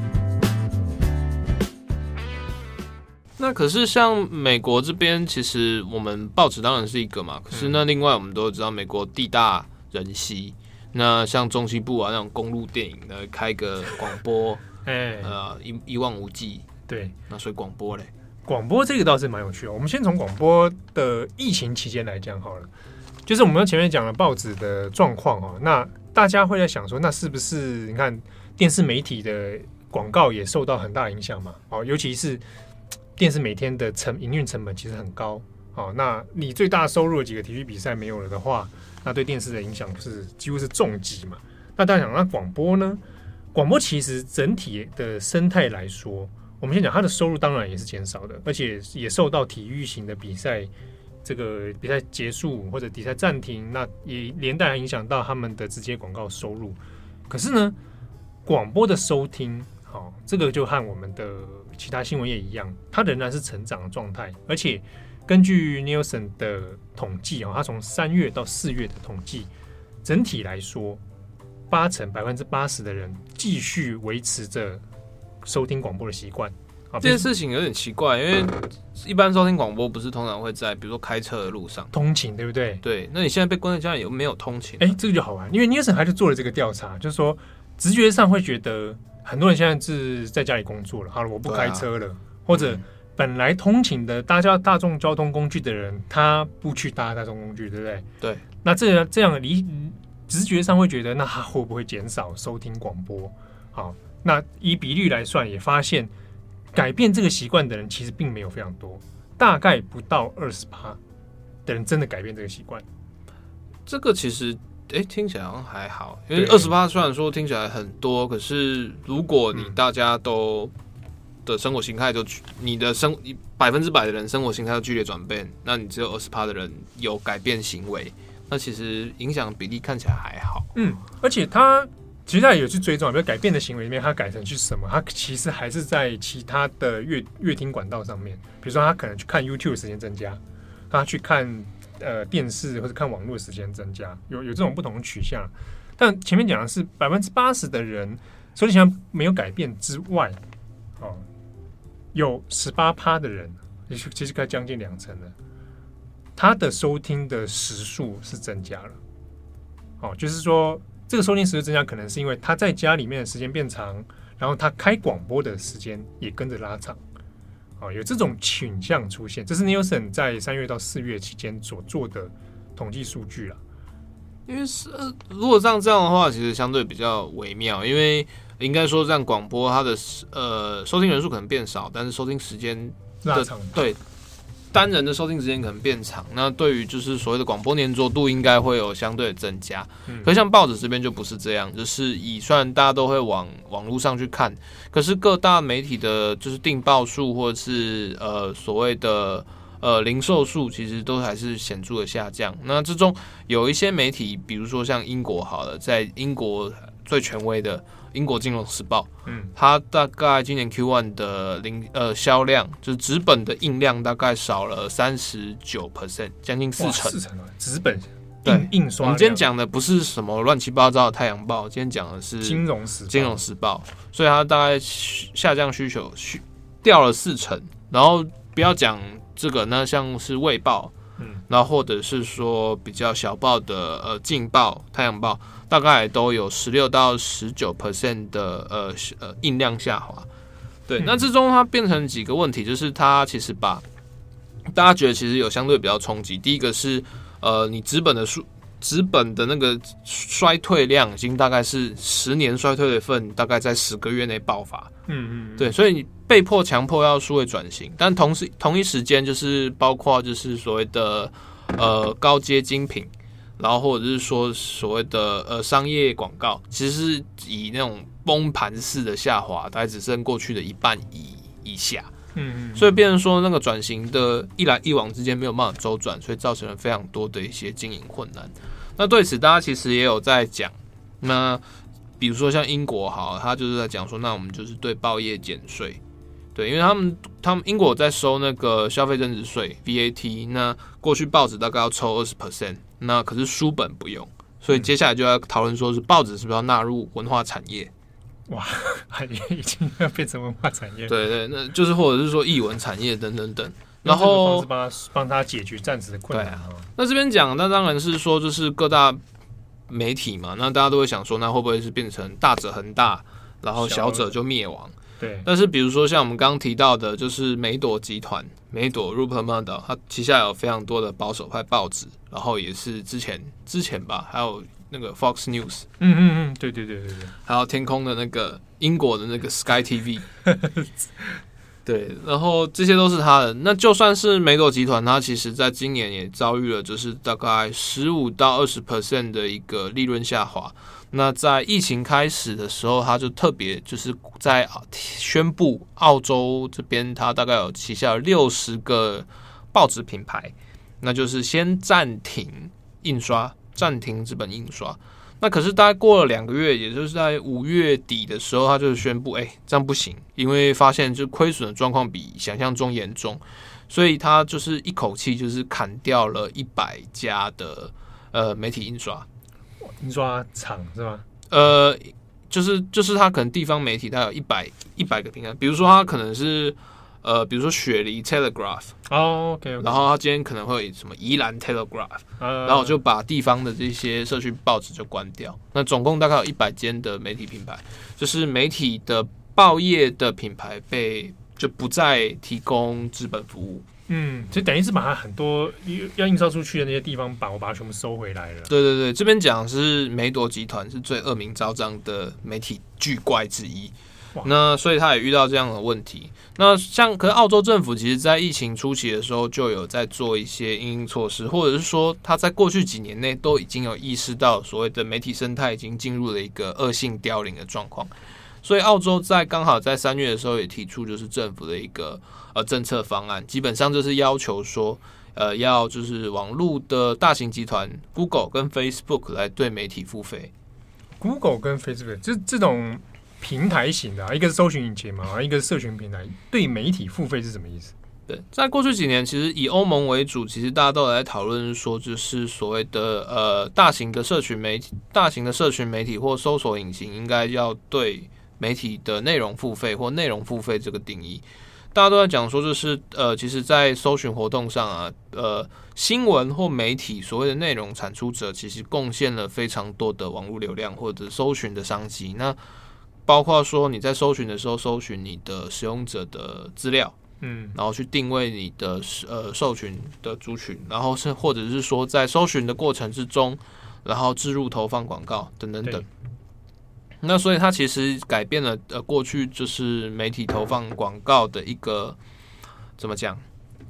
那可是像美国这边，其实我们报纸当然是一个嘛，可是那另外我们都知道美国地大人稀，那像中西部啊那种公路电影呢，开个广播，哎，呃一一望无际，
对，
那所以广播嘞，
广播这个倒是蛮有趣的。我们先从广播的疫情期间来讲好了，就是我们前面讲了报纸的状况哦，那大家会在想说，那是不是你看电视媒体的广告也受到很大影响嘛？哦，尤其是电视每天的成营运成本其实很高，哦，那你最大收入的几个体育比赛没有了的话，那对电视的影响是几乎是重击嘛。那大家想，那广播呢？广播其实整体的生态来说，我们先讲它的收入当然也是减少的，而且也受到体育型的比赛这个比赛结束或者比赛暂停，那也连带影响到他们的直接广告收入。可是呢，广播的收听，好，哦，这个就和我们的其他新闻业一样，它仍然是成长的状态，而且根据 Nielsen 的统计，它从三月到四月的统计，整体来说，八成百分之八十的人继续维持着收听广播的习惯。
这件事情有点奇怪，因为一般收听广播不是通常会在比如说开车的路上
通勤，对不对？
对，那你现在被关在家里，有没有通勤？
哎，这个就好玩，因为 Nielsen 还是做了这个调查，就是说直觉上会觉得很多人现在是在家里工作了，好了，我不开车了，啊，或者本来通勤的大家大众交通工具的人，他不去搭大众工具，对不对？
对。
那这样这样理直觉上会觉得，那他会不会减少收听广播？好，那以比率来算，也发现改变这个习惯的人其实并没有非常多，大概不到二十趴的人真的改变这个习惯。
这个其实。哎，听起来好像还好，因为二十八虽然说听起来很多，可是如果你大家都的生活形态都，你的生百分之百的人生活形态都剧烈转变，那你只有二十趴的人有改变行为，那其实影响比例看起来还好。
嗯，而且他其实他也有去追踪，比如改变的行为里面，他改成去什么？他其实还是在其他的乐乐听管道上面，比如说他可能去看 YouTube 的时间增加，他去看。呃，电视或者看网络的时间增加，有有这种不同的取向，但前面讲的是百分之八十的人收听习惯没有改变之外，哦，有十八趴的人，其实快将近两成了，他的收听的时数是增加了，哦，就是说这个收听时数增加，可能是因为他在家里面的时间变长，然后他开广播的时间也跟着拉长。哦，有这种倾向出现，这是 Nielsen 在三月到四月期间所做的统计数据啦。
因为是、呃、如果像这样的话，其实相对比较微妙，因为应该说这样广播它的呃收听人数可能变少，但是收听时间
拉长，
对单人的收听时间可能变长，那对于就是所谓的广播黏着度应该会有相对的增加。嗯、可是像报纸这边就不是这样，就是以虽然大家都会往网络上去看，可是各大媒体的就是订报数或者是呃所谓的呃零售数，其实都还是显著的下降。那之中有一些媒体，比如说像英国好了，在英国最权威的英国金融时报，嗯，它大概今年 Q 一 的零呃销量，就是纸本的印量大概少了三十九 percent， 将近四成。
四成啊，纸本
对
印刷。
我们今天讲的不是什么乱七八糟的太阳报，今天讲的是
金融时报
金融时报，所以它大概下降需求需掉了四成。然后不要讲这个呢，像是卫报，嗯，然后或者是说比较小报的呃镜报、太阳报。大概都有十六到十九 percent 的呃呃印量下滑，对，那之中它变成几个问题，就是它其实把大家觉得其实有相对比较冲击。第一个是呃，你纸本的数纸本的那个衰退量已经大概是十年衰退的份，大概在十个月内爆发，嗯嗯，对，所以你被迫强迫要数位转型，但同时同一时间就是包括就是所谓的呃高阶精品。然后或者是说所谓的呃商业广告，其实是以那种崩盘式的下滑，大概只剩过去的一半以以下。嗯嗯，所以变成说那个转型的一来一往之间没有办法周转，所以造成了非常多的一些经营困难。那对此大家其实也有在讲，那比如说像英国好，他就是在讲说，那我们就是对报业减税。对，因为他们他们英国在收那个消费增值税 V A T， 那过去报纸大概要抽 百分之二十， 那可是书本不用，所以接下来就要讨论说是报纸是不是要纳入文化产业。
哇，已经要变成文化产业。
对对，那就是或者是说艺文产业等等等。然后
帮他帮他解决暂时的困难。啊、
那这边讲，那当然是说就是各大媒体嘛，那大家都会想说，那会不会是变成大者恒大，然后小者就灭亡？
对，
但是比如说像我们刚刚提到的，就是美朵集团，美朵 Rupert Murdoch， 它旗下有非常多的保守派报纸，然后也是之前之前吧，还有那个 Fox News，
嗯嗯嗯，对对对对对，
还有天空的那个英国的那个 Sky T V， 对，然后这些都是它的。那就算是美朵集团，它其实在今年也遭遇了，就是大概十五到二十 percent 的一个利润下滑。那在疫情开始的时候，他就特别就是在宣布澳洲这边，他大概有旗下有六十个报纸品牌，那就是先暂停印刷，暂停纸本印刷。那可是大概过了两个月，也就是在五月底的时候，他就宣布，哎、欸，这样不行，因为发现就亏损的状况比想象中严重，所以他就是一口气就是砍掉了一百家的呃媒体印刷。
印刷厂是吗？
呃，就是就是他可能地方媒体，他有一百一百个平台，比如说他可能是呃，比如说雪梨 Telegraph，
哦 ，OK，, okay.
然后他今天可能会有什么宜兰 Telegraph，、uh, 然后就把地方的这些社区报纸就关掉。那总共大概有一百间的媒体品牌，就是媒体的报业的品牌被就不再提供纸本服务。
嗯，就等于是把它很多要印刷出去的那些地方版，我把它全部收回来了。
对对对，这边讲是美朵集团是最恶名昭彰的媒体巨怪之一。那所以他也遇到这样的问题。那像可是澳洲政府其实在疫情初期的时候就有在做一些因应措施，或者是说他在过去几年内都已经有意识到所谓的媒体生态已经进入了一个恶性凋零的状况。所以澳洲在刚好在三月的时候也提出就是政府的一个呃政策方案，基本上就是要求说呃要就是网络的大型集团 Google 跟 Facebook 来对媒体付费。
Google 跟 Facebook 这这种平台型的、啊，一个是搜寻引擎嘛，一个是社群平台，对媒体付费是什么意思？
对，在过去几年，其实以欧盟为主，其实大家都有在讨论说，就是所谓的呃大型的社群媒体、大型的社群媒体或搜索引擎应该要对媒体的内容付费或内容付费这个定义。大家都在讲说，就是呃，其实，在搜寻活动上啊，呃，新闻或媒体所谓的内容产出者，其实贡献了非常多的网络流量或者搜寻的商机。那包括说你在搜寻的时候，搜寻你的使用者的资料，嗯，然后去定位你的呃受群的族群，然后是或者是说在搜寻的过程之中，然后置入投放广告等等等。那所以它其实改变了呃过去就是媒体投放广告的一个怎么讲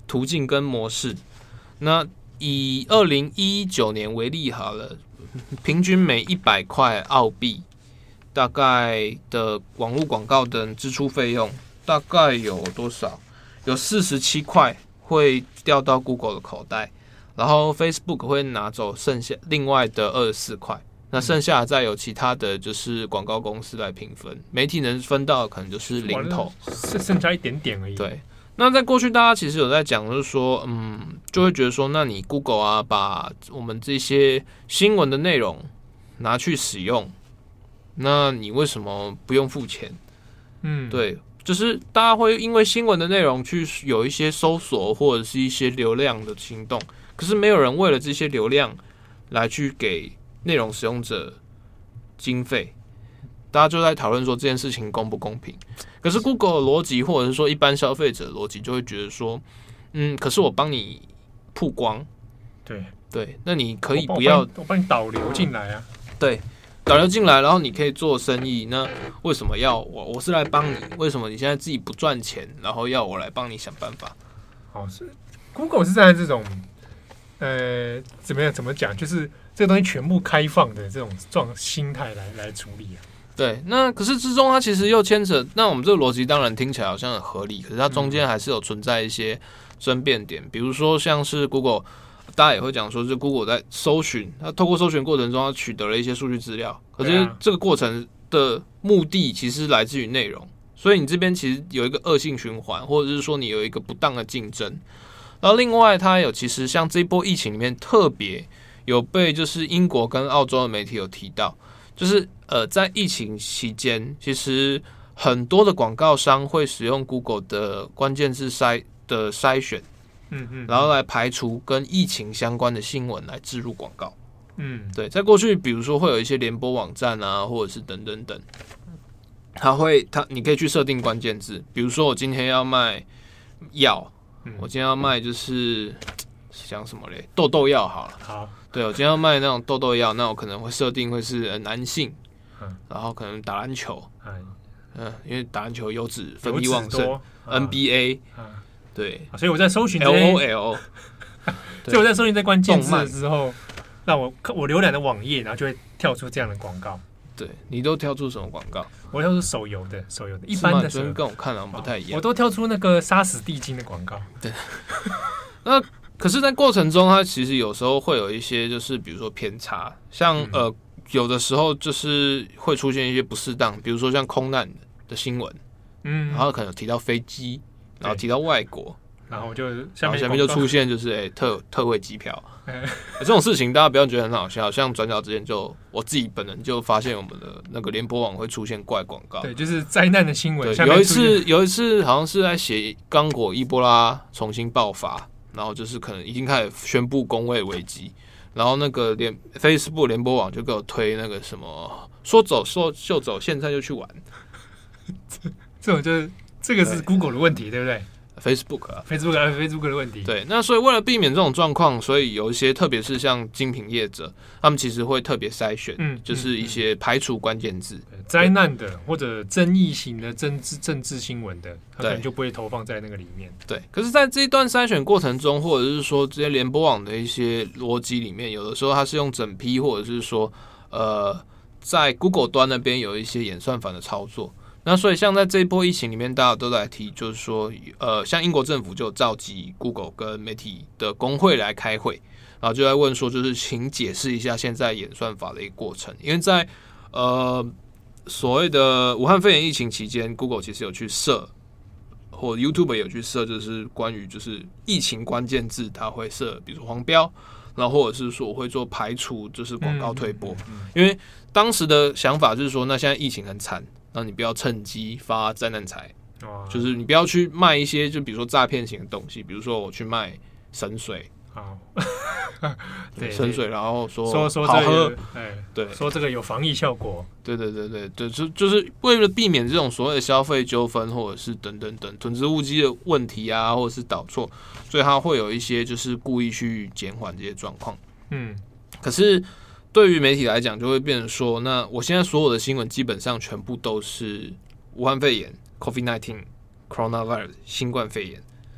途径跟模式。那以二零一九年为例好了，平均每一百块澳币大概的网络广告的支出费用大概有多少？有四十七块会掉到 Google 的口袋，然后 Facebook 会拿走剩下另外的二十四块。那剩下再有其他的就是广告公司来平分，媒体能分到的可能就是零头，
剩剩下一点点而已。
对，那在过去大家其实有在讲，就是说，嗯，就会觉得说，那你 Google 啊，把我们这些新闻的内容拿去使用，那你为什么不用付钱？
嗯，
对，就是大家会因为新闻的内容去有一些搜索或者是一些流量的行动，可是没有人为了这些流量来去给内容使用者经费，大家就在讨论说这件事情公不公平。可是 Google 的逻辑，或者是说一般消费者的逻辑，就会觉得说，嗯，可是我帮你曝光，
对
对，那你可以不要，
我帮你导流进来啊，
对，导流进来，然后你可以做生意，那为什么要我？我是来帮你，为什么你现在自己不赚钱，然后要我来帮你想办法？
好，是 Google 是在这种，呃，怎么样？怎么讲？就是这个东西全部开放的这种状心态来来处理啊。
对，那可是之中它其实又牵扯，那我们这个逻辑当然听起来好像很合理，可是它中间还是有存在一些争辩点，比如说像是 Google， 大家也会讲说，是 Google 在搜寻，它透过搜寻过程中，它取得了一些数据资料，可是这个过程的目的其实来自于内容，所以你这边其实有一个恶性循环，或者是说你有一个不当的竞争。然后另外，它有其实像这一波疫情里面特别有被就是英国跟澳洲的媒体有提到，就是呃在疫情期间，其实很多的广告商会使用 Google 的关键字筛的筛选，
嗯嗯，
然后来排除跟疫情相关的新闻来置入广告。
嗯，
对，在过去比如说会有一些联播网站啊，或者是等等等，它会它你可以去设定关键字，比如说我今天要卖药。我今天要卖就是讲什么嘞？痘痘药好了。
好，
对我今天要卖那种痘痘药，那我可能会设定会是男性，
嗯，
然后可能打篮球，
嗯，
嗯，因为打篮球油脂分泌旺盛、
嗯、
，N B A，
嗯，
对，
所以我在搜寻
L O L，
所以我在搜寻这关键字之后，让我我浏览的网页，然后就会跳出这样的广告。
对，你都跳出什么广告？
我跳出手游的，手游的，一般的手游
跟我看好像不太一样。
我都跳出那个杀死地精的广告。
对，那可是，在过程中，它其实有时候会有一些，就是比如说偏差，像、嗯、呃，有的时候就是会出现一些不适当，比如说像空难的新闻，嗯，然后可能有提到飞机，然后提到外国。
然后就
下面下面就出现就是哎、欸、特特惠机票、欸，这种事情大家不要觉得很好笑。像转角之前就我自己本人就发现我们的那个联播网会出现怪广告，
对，就是灾难的新闻。
有一次有一次好像是在写刚果伊波拉重新爆发，然后就是可能已经开始宣布工位危机，然后那个联 Facebook 联播网就给我推那个什么说走说就走，现在就去玩。
这这种就是这个是 Google 的问题，对不对
？Facebook 啊
，Facebook 啊 ，Facebook 的问题。
对，那所以为了避免这种状况，所以有一些，特别是像精品业者，他们其实会特别筛选，嗯，就是一些排除关键字，
灾难的或者争议型的政治政治新闻的，他可能就不会投放在那个里面。
对，可是，在这一段筛选过程中，或者是说这些联播网的一些逻辑里面，有的时候它是用整批，或者是说，呃，在 Google 端那边有一些演算法的操作。那所以像在这一波疫情里面，大家都在提，就是说，呃，像英国政府就召集 Google 跟媒体的工会来开会，然后就在问说，就是请解释一下现在演算法的一个过程，因为在呃所谓的武汉肺炎疫情期间 ，Google 其实有去设，或 YouTube 也有去设，就是关于就是疫情关键字，它会设，比如说黄标，然后或者是说我会做排除，就是广告推播，嗯嗯嗯、因为当时的想法就是说，那现在疫情很惨。那你不要趁机发灾难财，就是你不要去卖一些，就比如说诈骗型的东西，比如说我去卖神水，
好，
对神水，然后说
说说
好喝，
哎，
对，
说这个有防疫效果，
对对对对对，就就是为了避免这种所谓的消费纠纷，或者是等等等囤值误机的问题啊，或者是导错，所以它会有一些就是故意去减缓这些状况，嗯，可是。对于媒体来讲，就会变成说，那我现在所有的新闻基本上全部都是武汉肺炎 （COVID 十九 coronavirus 新冠肺炎），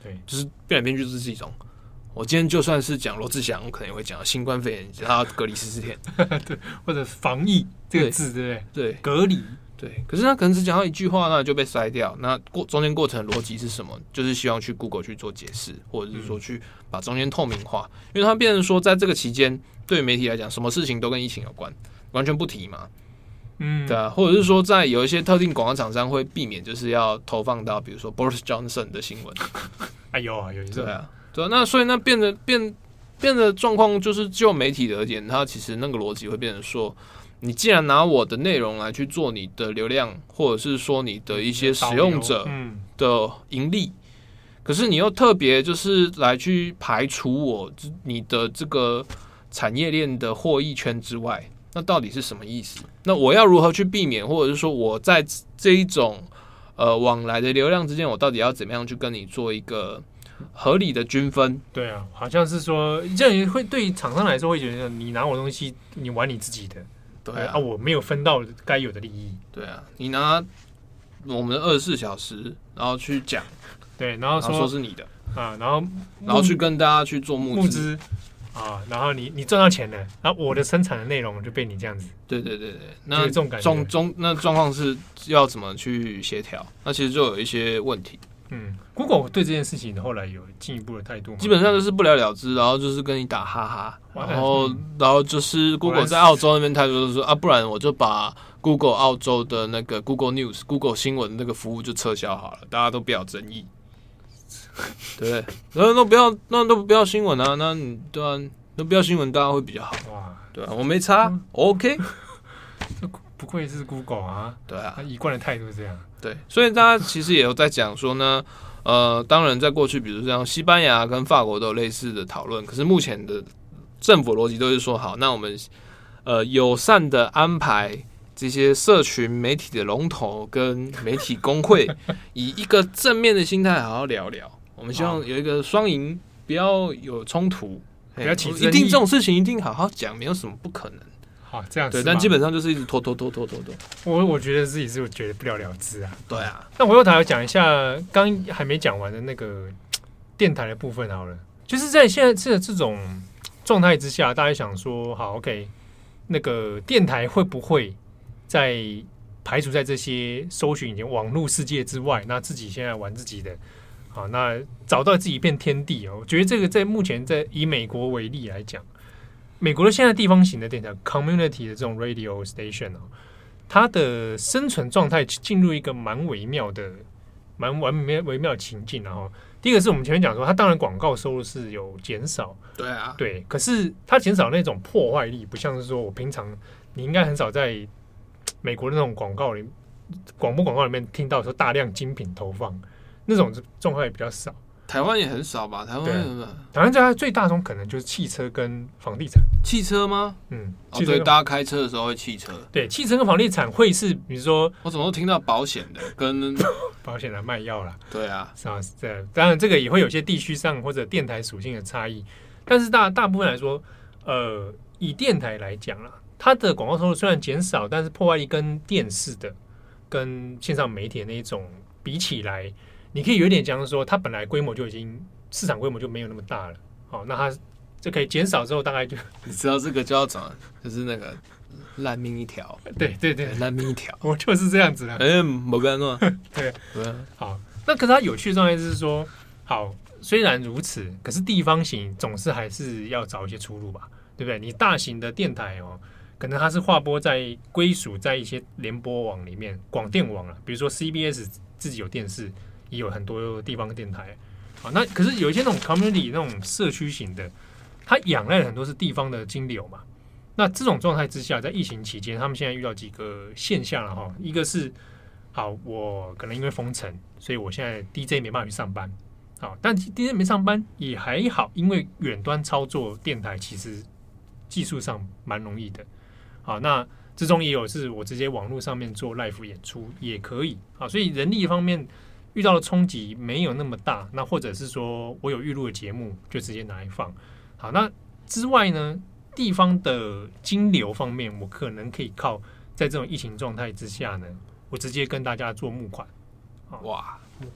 对，
就是变来变去就是这种。我今天就算是讲罗志祥，我可能也会讲新冠肺炎，他要隔离十四天，
对，或者防疫这个字，对不对？
对，
隔离，
对。可是他可能只讲到一句话，那就被筛掉。那过中间过程的逻辑是什么？就是希望去 Google 去做解释，或者是说去把中间透明化，因为他变成说，在这个期间，对于媒体来讲，什么事情都跟疫情有关，完全不提嘛。
嗯，
对啊，或者是说，在有一些特定广告厂商会避免，就是要投放到比如说 Boris Johnson 的新闻。
哎有啊，有一
对啊。对啊，那所以那变得变变的状况就是，就媒体而言，它其实那个逻辑会变成说，你既然拿我的内容来去做你的流量，或者是说你的一些使用者的盈利，可是你又特别就是来去排除我你的这个产业链的获益圈之外，那到底是什么意思？那我要如何去避免，或者是说我在这一种呃往来的流量之间，我到底要怎么样去跟你做一个合理的均分？
对啊，好像是说这样会对厂商来说会觉得你拿我东西，你玩你自己的，
对 啊,
啊，我没有分到该有的利益。
对啊，你拿我们的二十四小时，然后去讲，
对，然后 说,
然后说是你的
啊，然后
然后去跟大家去做募
资啊，然后你你赚到钱了，然后我的生产的内容就被你这样子。
对对对对，那
这种感觉
中中那状况是要怎么去协调？那其实就有一些问题。
嗯 ，Google 对这件事情后来有进一步的态度吗？
基本上就是不了了之，然后就是跟你打哈哈，然后、嗯、然后就是 Google 在澳洲那边态度就是说啊，不然我就把 Google 澳洲的那个 Google News、Google 新闻那个服务就撤销好了，大家都不要争议，对不对？然后都不要，那都不要新闻啊，那你对啊，都不要新闻，大家会比较好。哇，对啊，我没差、嗯、，OK。
不愧是 Google 啊，
对啊，
他一贯的态度是这样。
对，所以大家其实也有在讲说呢，呃，当然在过去，比如像西班牙跟法国都有类似的讨论，可是目前的政府逻辑都是说，好，那我们呃友善的安排这些社群媒体的龙头跟媒体工会，以一个正面的心态好好聊聊。我们希望有一个双赢，不要有冲突，
不要起争议，
一定这种事情一定好好讲，没有什么不可能。
好，这样子
对，但基本上就是一直拖拖拖拖拖拖。
我我觉得自己是觉得不了了之啊。
对啊，
那我又谈讲一下刚还没讲完的那个电台的部分好了，就是在现在这这种状态之下，大家想说，好 ，OK， 那个电台会不会在排除在这些搜寻引擎网络世界之外？那自己现在玩自己的，好，那找到自己一片天地哦。我觉得这个在目前在以美国为例来讲。美国的现在地方型的电台 community 的这种 radio station 哦，它的生存状态进入一个蛮微妙的、蛮完美微妙的情境然后，第一个是我们前面讲说，它当然广告收入是有减少，
对啊，
对，可是它减少那种破坏力，不像是说我平常你应该很少在美国的那种广告里、广播广告里面听到说大量精品投放那种状况也比较少。
台湾也很少吧？台湾
台湾在最大宗可能就是汽车跟房地产。
汽车吗？
嗯，
哦，对，大家开车的时候会汽车。
对，汽车跟房地产会是，比如说，
我怎么都听到保险的跟
保险的卖药啦。
对啊，
是啊，对，当然这个也会有些地区上或者电台属性的差异，但是大大部分来说，呃，以电台来讲啦，它的广告收入虽然减少，但是破坏力跟电视的、跟线上媒体的那一种比起来。你可以有点讲说，它本来规模就已经市场规模就没有那么大了，好，那它就可以减少之后，大概就
你知道这个就要怎么，就是那个烂命一条，
对对对，
烂命一条，
我就是这样子的，
哎，没办法，
对对，好，那可是它有趣的状态是说，好，虽然如此，可是地方型总是还是要找一些出路吧，对不对？你大型的电台哦，可能它是划拨在归属在一些联播网里面，广电网啊，比如说 C B S 自己有电视。也有很多地方电台，好，那可是有一些那种 community 那种社区型的，它仰赖的很多是地方的金流嘛。那这种状态之下，在疫情期间，他们现在遇到几个现象了哈。一个是，好，我可能因为封城，所以我现在 D J 没办法去上班，好，但 D J 没上班也还好，因为远端操作电台其实技术上蛮容易的。好，那之中也有是我直接网络上面做 live 演出也可以，好，所以人力方面。遇到的冲击没有那么大，那或者是说我有预录的节目就直接拿来放。好，那之外呢，地方的金流方面，我可能可以靠在这种疫情状态之下呢，我直接跟大家做募款。
哇，募款，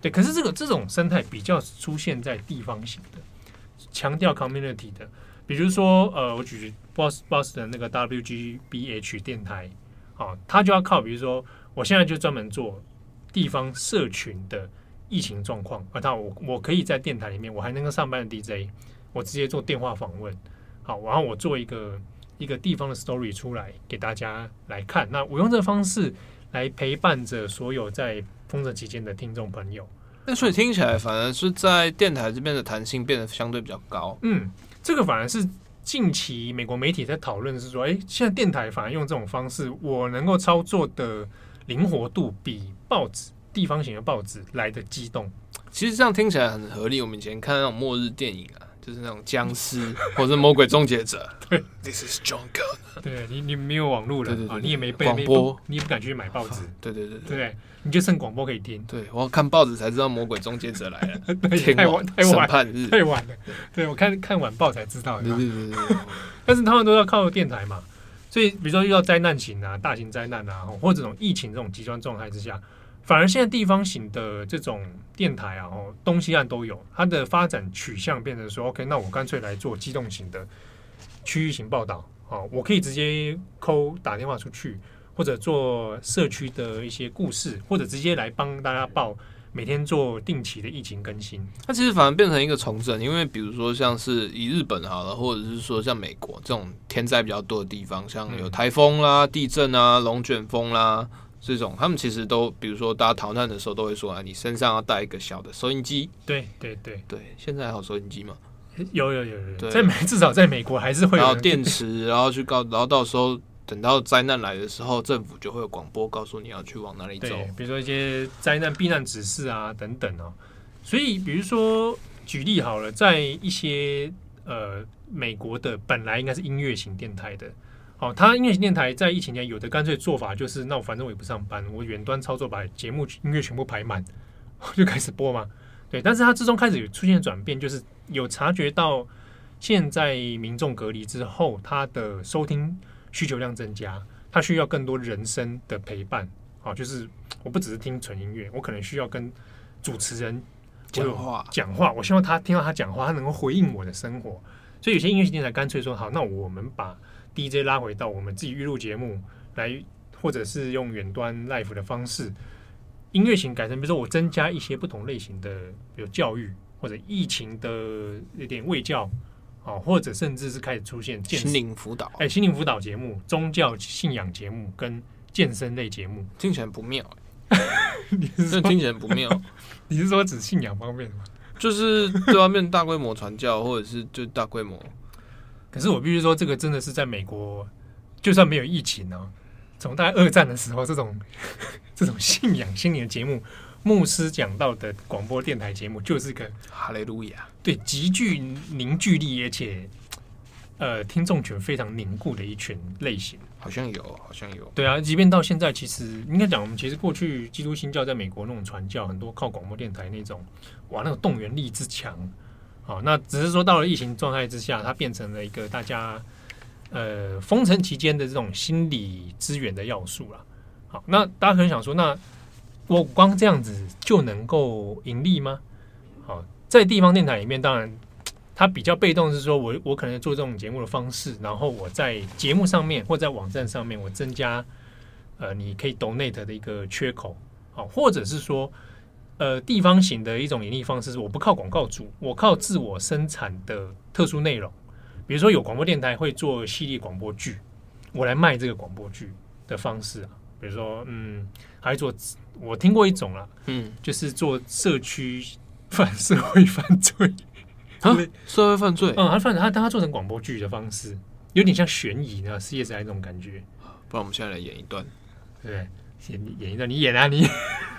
对，可是这个这种生态比较出现在地方型的，强调 community 的，比如说呃，我举 Boss Boss 的那个 W G B H 电台，啊，它就要靠，比如说我现在就专门做地方社群的疫情状况，而它我我可以在电台里面，我还能够上班的 D J， 我直接做电话访问，好，然后我做一个一个地方的 story 出来给大家来看，那我用这个方式来陪伴着所有在封城期间的听众朋友。
那所以听起来反而是在电台这边的弹性变得相对比较高。
嗯，这个反而是近期美国媒体在讨论，是说，哎，现在电台反而用这种方式，我能够操作的灵活度比报纸地方型的报纸来的激动。
其实这样听起来很合理。我们以前看那种末日电影啊，就是那种僵尸或者魔鬼终结者。
对
，This is John Gunn。
对你，你没有网络了
对对对
啊，你也没被
广播，
你也不敢去买报纸。
对对对对，
对，你就剩广播可以听。
对，我要看报纸才知道魔鬼终结者来了。
对，太晚太晚
审判日
太晚了。对，我看看晚报才知道。
对对对对对。
但是他们都要靠电台嘛，所以比如说遇到灾难型啊、大型灾难啊，或者这种疫情这种极端状态之下，反而现在地方型的这种电台啊，哦，东西岸都有，它的发展取向变成说 ，OK， 那我干脆来做机动型的区域型报道，哦，我可以直接call打电话出去，或者做社区的一些故事，或者直接来帮大家报。每天做定期的疫情更新，
它其实反而变成一个重整，因为比如说像是以日本好了，或者是说像美国这种天灾比较多的地方，像有台风啦、地震啊、龙卷风啦这种，他们其实都，比如说大家逃难的时候都会说啊，你身上要带一个小的收音机。
对对对
对，现在还有收音机吗？
有有有有，在美至少在美国还是会有，
然后电池，然后去告，然后到时候。等到灾难来的时候，政府就会有广播告诉你要去往哪里走。
对，比如说一些灾难避难指示啊等等哦。所以，比如说举例好了，在一些呃美国的本来应该是音乐型电台的，哦，它音乐型电台在疫情前有的干脆做法就是，那我反正我也不上班，我远端操作把节目音乐全部排满，就开始播嘛。对，但是它之中开始有出现转变，就是有察觉到现在民众隔离之后，它的收听需求量增加，他需要更多人声的陪伴，好，就是我不只是听纯音乐，我可能需要跟主持人
讲话，
讲话，我希望他听到他讲话，他能够回应我的生活。所以有些音乐型电台干脆说，好，那我们把 D J 拉回到我们自己预录节目来，或者是用远端 live 的方式，音乐型改成，比如说我增加一些不同类型的，比如教育或者疫情的有点卫教。哦，或者甚至是开始出现
心灵辅导，
哎，心灵辅导节目、宗教信仰节目跟健身类节目，
听起来不妙、欸。你是说听起来不妙？
你是说指信仰方面的吗？
就是对外面大规模传教，或者是就大规模。
可是我必须说，这个真的是在美国，就算没有疫情呢、啊，从大概二战的时候，这种这种信仰心灵的节目。牧师讲到的广播电台节目就是个
哈利路亚，
对，极具凝聚力，而且呃听众群非常凝固的一群类型，
好像有，好像有。
对啊，即便到现在，其实应该讲，我们其实过去基督新教在美国那种传教，很多靠广播电台那种，哇，那种动员力之强，好，那只是说到了疫情状态之下，它变成了一个大家呃封城期间的这种心理资源的要素了。好，那大家可能想说，那我光这样子就能够盈利吗？好，在地方电台里面，当然它比较被动，是说我我可能做这种节目的方式，然后我在节目上面或在网站上面，我增加呃你可以 donate 的一个缺口，好，或者是说呃地方型的一种盈利方式，是我不靠广告主，我靠自我生产的特殊内容，比如说有广播电台会做系列广播剧，我来卖这个广播剧的方式啊。比如说，嗯，还做我听过一种啦，嗯，就是做社区反社会犯罪
啊，社会犯罪，
嗯，他犯他他做成广播剧的方式，有点像悬疑呢 ，C S I 那种感觉。
不然我们现在来演一段，
对，演演一段，你演啊你。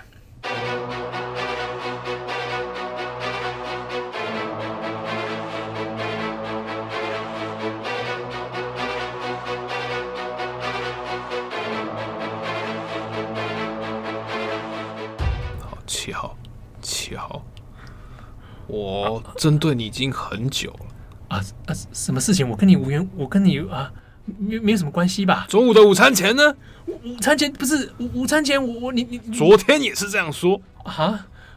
七号，七号，我针对你已经很久了
啊啊！什么事情？我跟你无缘，我跟你啊，没没有什么关系吧？
中午的午餐钱呢？
午餐钱不是午午餐钱，我我你你
昨天也是这样说
啊？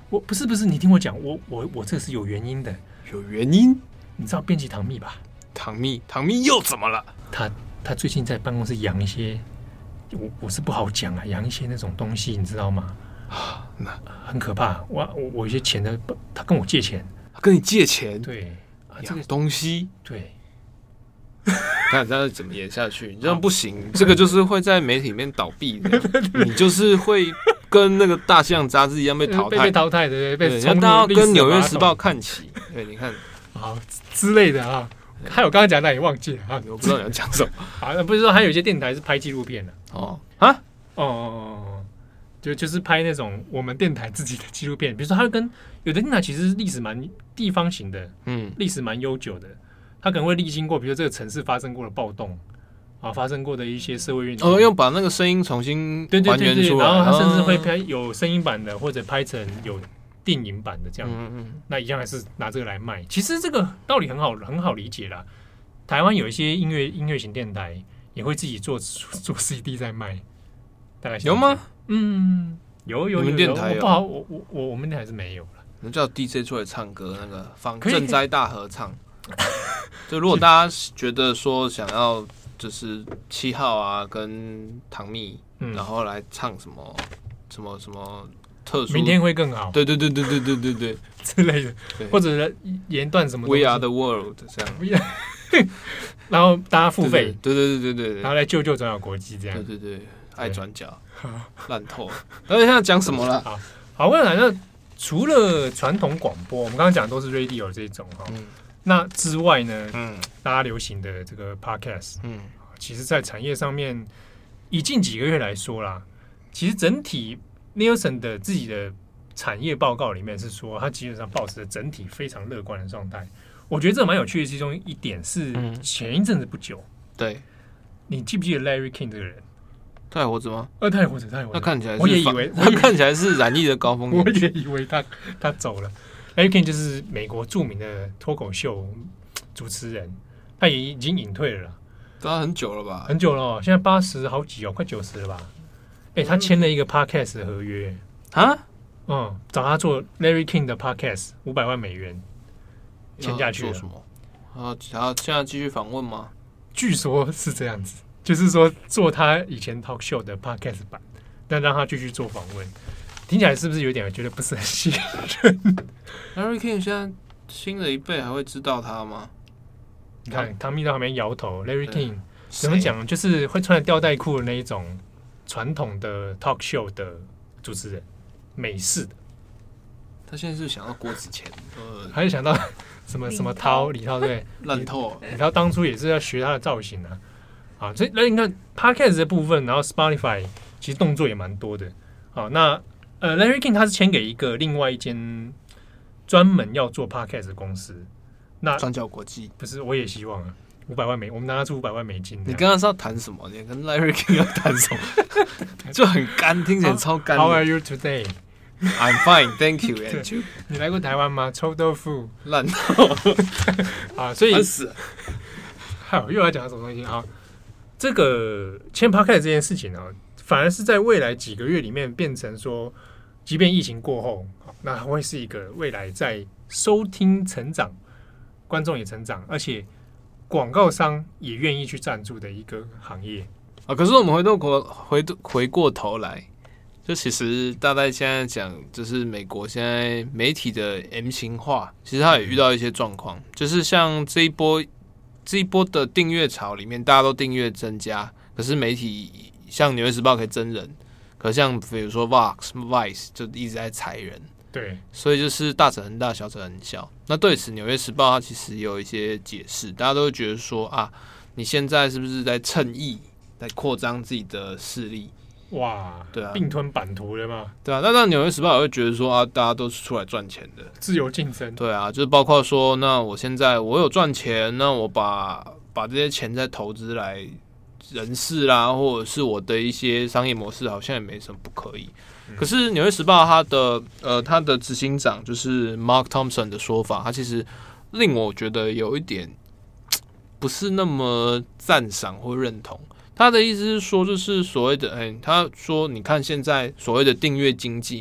我不是不是，你听我讲，我我我这是有原因的。
有原因？
你知道编辑唐蜜吧？
唐蜜，唐蜜又怎么了？
他他最近在办公室养一些，我我是不好讲啊，养一些那种东西，你知道吗？
啊，那
很可怕。我我我有些钱的，他跟我借钱，
他跟你借钱，
对啊，这
养
个
东西，
对。
看这样怎么演下去？你这样不行，这个就是会在媒体里面倒闭的，你就是会跟那个大西洋杂志一样被淘汰，
被被淘汰的，被
对，
冲
大家跟《
入历史
纽约时报》
马桶
看齐。对，你看，
啊之类的啊。还有刚刚讲的也忘记了啊，
我不知道你要讲什么。
啊，不是说还有一些电台是拍纪录片的
哦啊，
哦哦哦哦，就就是拍那种我们电台自己的纪录片，比如说它跟有的电台其实历史蛮地方型的，
嗯，
历史蛮悠久的，它可能会历经过，比如说这个城市发生过的暴动啊，发生过的一些社会运动，
哦，用把那个声音重新
对对
还
对对，
原出来，
然后它甚至会
哦
拍有声音版的，或者拍成有电影版的这样，
嗯嗯
那一样还是拿这个来卖。其实这个道理很好很好理解啦。台湾有一些音乐音乐型电台也会自己做做 C D 在卖，大概
有吗？
嗯，有有有
你们电台有
有，不好，我我我我们电台是没有了。
那叫 D J 出来唱歌，那个放
可以
赈灾大合唱。就如果大家觉得说想要就是七号啊跟唐蜜，
嗯
然后来唱什么什么什么特殊，
明天会更好，
对对对对对对对对
之类的，
对
或者言段什么东西
，We are the world 这样，
然后大家付费，
对对对对对对，
然后来救救转角国际这样
对。对对，爱转角烂透了。而且现在讲什么了？
好，好，我想那除了传统广播，我们刚刚讲的都是 radio 这种哈，
嗯
那之外呢，
嗯
大家流行的这个 podcast，
嗯
其实在产业上面，以近几个月来说啦，其实整体 Nielsen 的自己的产业报告里面是说，它基本上保持着整体非常乐观的状态。我觉得这蛮有趣的，其中一点是
嗯
前一阵子不久，
对，
你记不记得 Larry King 这个人？
他还活着吗？
呃，他也活着，他也活着。
他看起来是
我也以
防
为，我
他
也
看起来是染疫的高峰
我
年
也以为他他走了。Larry King 就是美国著名的脱口秀主持人，他也已经隐退了啦，
他很久了吧？
很久了、哦，现在八十好几哦，快九十了吧？哎、他签了一个 podcast 的合约，
啊，
嗯，找他做 Larry King 的 podcast， 五百万美元签下去了。
要做什么？啊，他现在继续访问吗？
据说是这样子，就是说做他以前 talk show 的 podcast 版，但让他继续做访问。听起来是不是有点觉得不是很吸引人？
Larry King 现在新的一辈还会知道他吗？
你看汤米到旁边摇头。Larry
对
King 怎么讲？就是会穿着吊带裤的那一种传统的 talk show 的主持人，美式的。
他现在是想要郭子乾，呃，
还是想到什么什么涛李涛对，
烂透了。
李涛当初也是要学他的造型啊。啊，所以那你看 podcast 的部分，然后 Spotify 其实动作也蛮多的。好，那呃 Larry King 他是签给一个另外一间专门要做 podcast 的公司。那
转角国际，
不是，我也希望啊，五百万美，我们拿出五百万美金。
你刚刚是要谈什么？你跟 Larry King 要谈什么？就很干，听起来超干的。
How are you today?
I'm fine, thank you. And you?
你来过台湾吗？臭豆腐
烂透，
啊！所以
烦死了。
好，又要讲什么东西啊？这个签 podcast 这件事情呢、啊，反而是在未来几个月里面变成说，即便疫情过后，那会是一个未来在收听成长、观众也成长，而且广告商也愿意去赞助的一个行业
啊！可是我们回头过回回过头来，就其实大概现在讲，就是美国现在媒体的 M 型化，其实它也遇到一些状况，就是像这一波这一波的订阅潮里面，大家都订阅增加，可是媒体像《纽约时报》可以增人，可像比如说 Vox、Vice 就一直在裁人。
对，
所以就是大者很大，小者很小。那对此，《纽约时报》它其实也有一些解释，大家都会觉得说啊，你现在是不是在趁意在扩张自己的势力？
哇，
对啊，
并吞版图了嘛？
对啊。那那《纽约时报》也会觉得说啊，大家都是出来赚钱的，
自由竞争。
对啊，就是包括说，那我现在我有赚钱，那我把把这些钱再投资来人事啦，或者是我的一些商业模式，好像也没什么不可以。可是《纽约时报》它的呃，它的执行长就是 Mark Thompson 的说法，他其实令我觉得有一点不是那么赞赏或认同。他的意思是说，就是所谓的，哎、欸，他说，你看现在所谓的订阅经济嘛，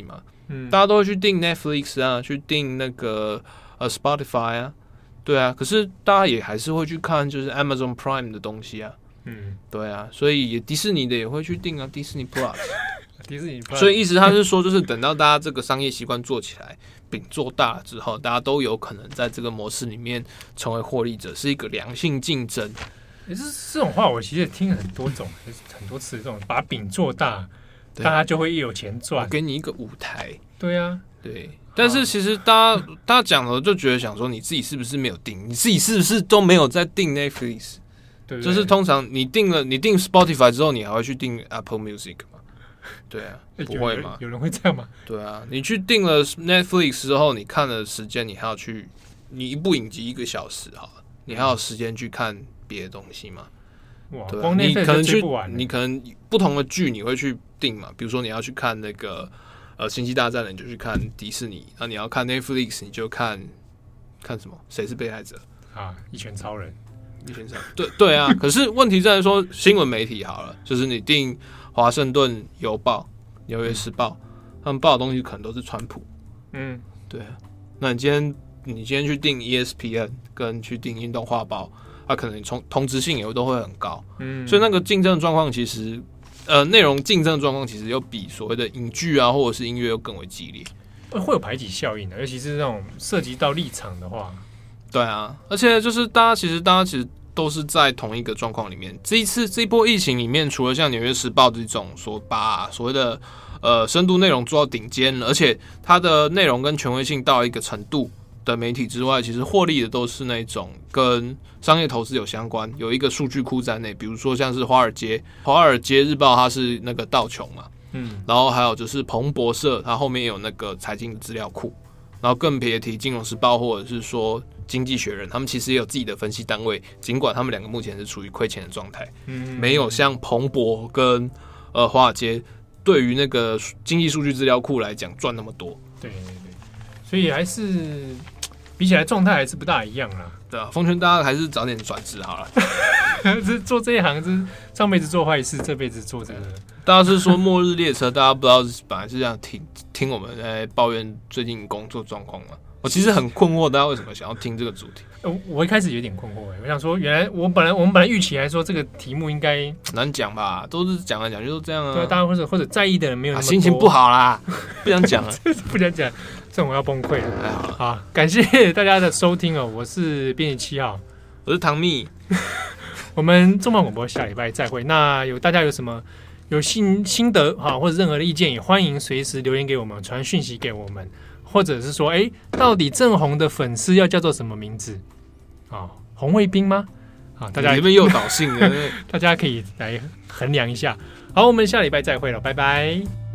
嗯，
大家都会去订 Netflix 啊，去订那个呃 Spotify 啊，对啊，可是大家也还是会去看就是 Amazon Prime 的东西啊，
嗯，
对啊，所以也迪士尼的也会去订啊，迪士尼 Plus，
迪士尼 Plus，
所以意思他是说，就是等到大家这个商业习惯做起来，饼做大了之后，大家都有可能在这个模式里面成为获利者，是一个良性竞争。
也是这种话，我其实也听很多种，很多次这种把饼做大，大家就会有钱赚。
我给你一个舞台，
对啊，
对。但是其实大家大家讲了，就觉得想说你自己是不是没有订，你自己是不是都没有在订 Netflix？
对，
就是通常你订了，你订 Spotify 之后，你还会去订 Apple Music 吗？对啊，不会嘛？
有人会这样吗？
对啊，你去订了 Netflix 之后，你看了时间，你还要去，你一部影集一个小时好了，你还有时间去看别的东西吗？
哇，
对啊，
光
你可能去，
不完
你可能不同的剧你会去订嘛？比如说你要去看那个呃《星际大战》的，你就去看迪士尼；那你要看 Netflix， 你就看看什么？谁是被害者
啊？一拳超人，
一拳超人。对对啊，可是问题在于说新闻媒体好了，就是你订华盛顿邮报、纽约时报，他们报的东西可能都是川普。
嗯，
对啊。那你今天你今天去订 E S P N 跟去订运动画报。它、啊、可能同同质性也都会很高，嗯，所以那个竞争状况其实，呃，内容竞争状况其实又比所谓的影剧啊或者是音乐又更为激烈，
会有排挤效应的，尤其是那种涉及到立场的话，
对啊，而且就是大家其实大家其实都是在同一个状况里面。这一次这一波疫情里面，除了像《纽约时报》这种说把所谓的呃深度内容做到顶尖，而且它的内容跟权威性到一个程度的媒体之外，其实获利的都是那种跟商业投资有相关，有一个数据库在内，比如说像是华尔街，华尔街日报它是那个道琼嘛，嗯，然后还有就是彭博社，它后面有那个财经的资料库，然后更别提金融时报或者是说经济学人，他们其实也有自己的分析单位，尽管他们两个目前是处于亏钱的状态，嗯，没有像彭博跟呃华尔街对于那个经济数据资料库来讲赚那么多，
对对对，所以还是。比起来状态还是不大一样啦。
对啊，奉劝大家还是早点转职好了。
这做这一行，是上辈子做坏事，这辈子做这个。
大家是说末日列车，大家不知道本来是这样听听我们在抱怨最近工作状况吗？我其实很困惑，大家为什么想要听这个主题？
我一开始有点困惑哎，我想说，原来我本来我们本来预期来说这个题目应该
难讲吧，都是讲来讲去都这样啊。
对啊，大家或者或者在意的人没有那么多、
啊、心情不好啦，不想讲了，
不想讲，这种我要崩溃了。哎好好，感谢大家的收听哦，我是编辑七号，
我是唐蜜，
我们重磅广播下礼拜再会。那有大家有什么有心心得哈，或者任何的意见，也欢迎随时留言给我们，传讯息给我们。或者是说，哎，到底正红的粉丝要叫做什么名字？啊、哦，红卫兵吗？啊，大家
你们诱导性的，
大家可以来衡量一下。好，我们下礼拜再会了，拜拜。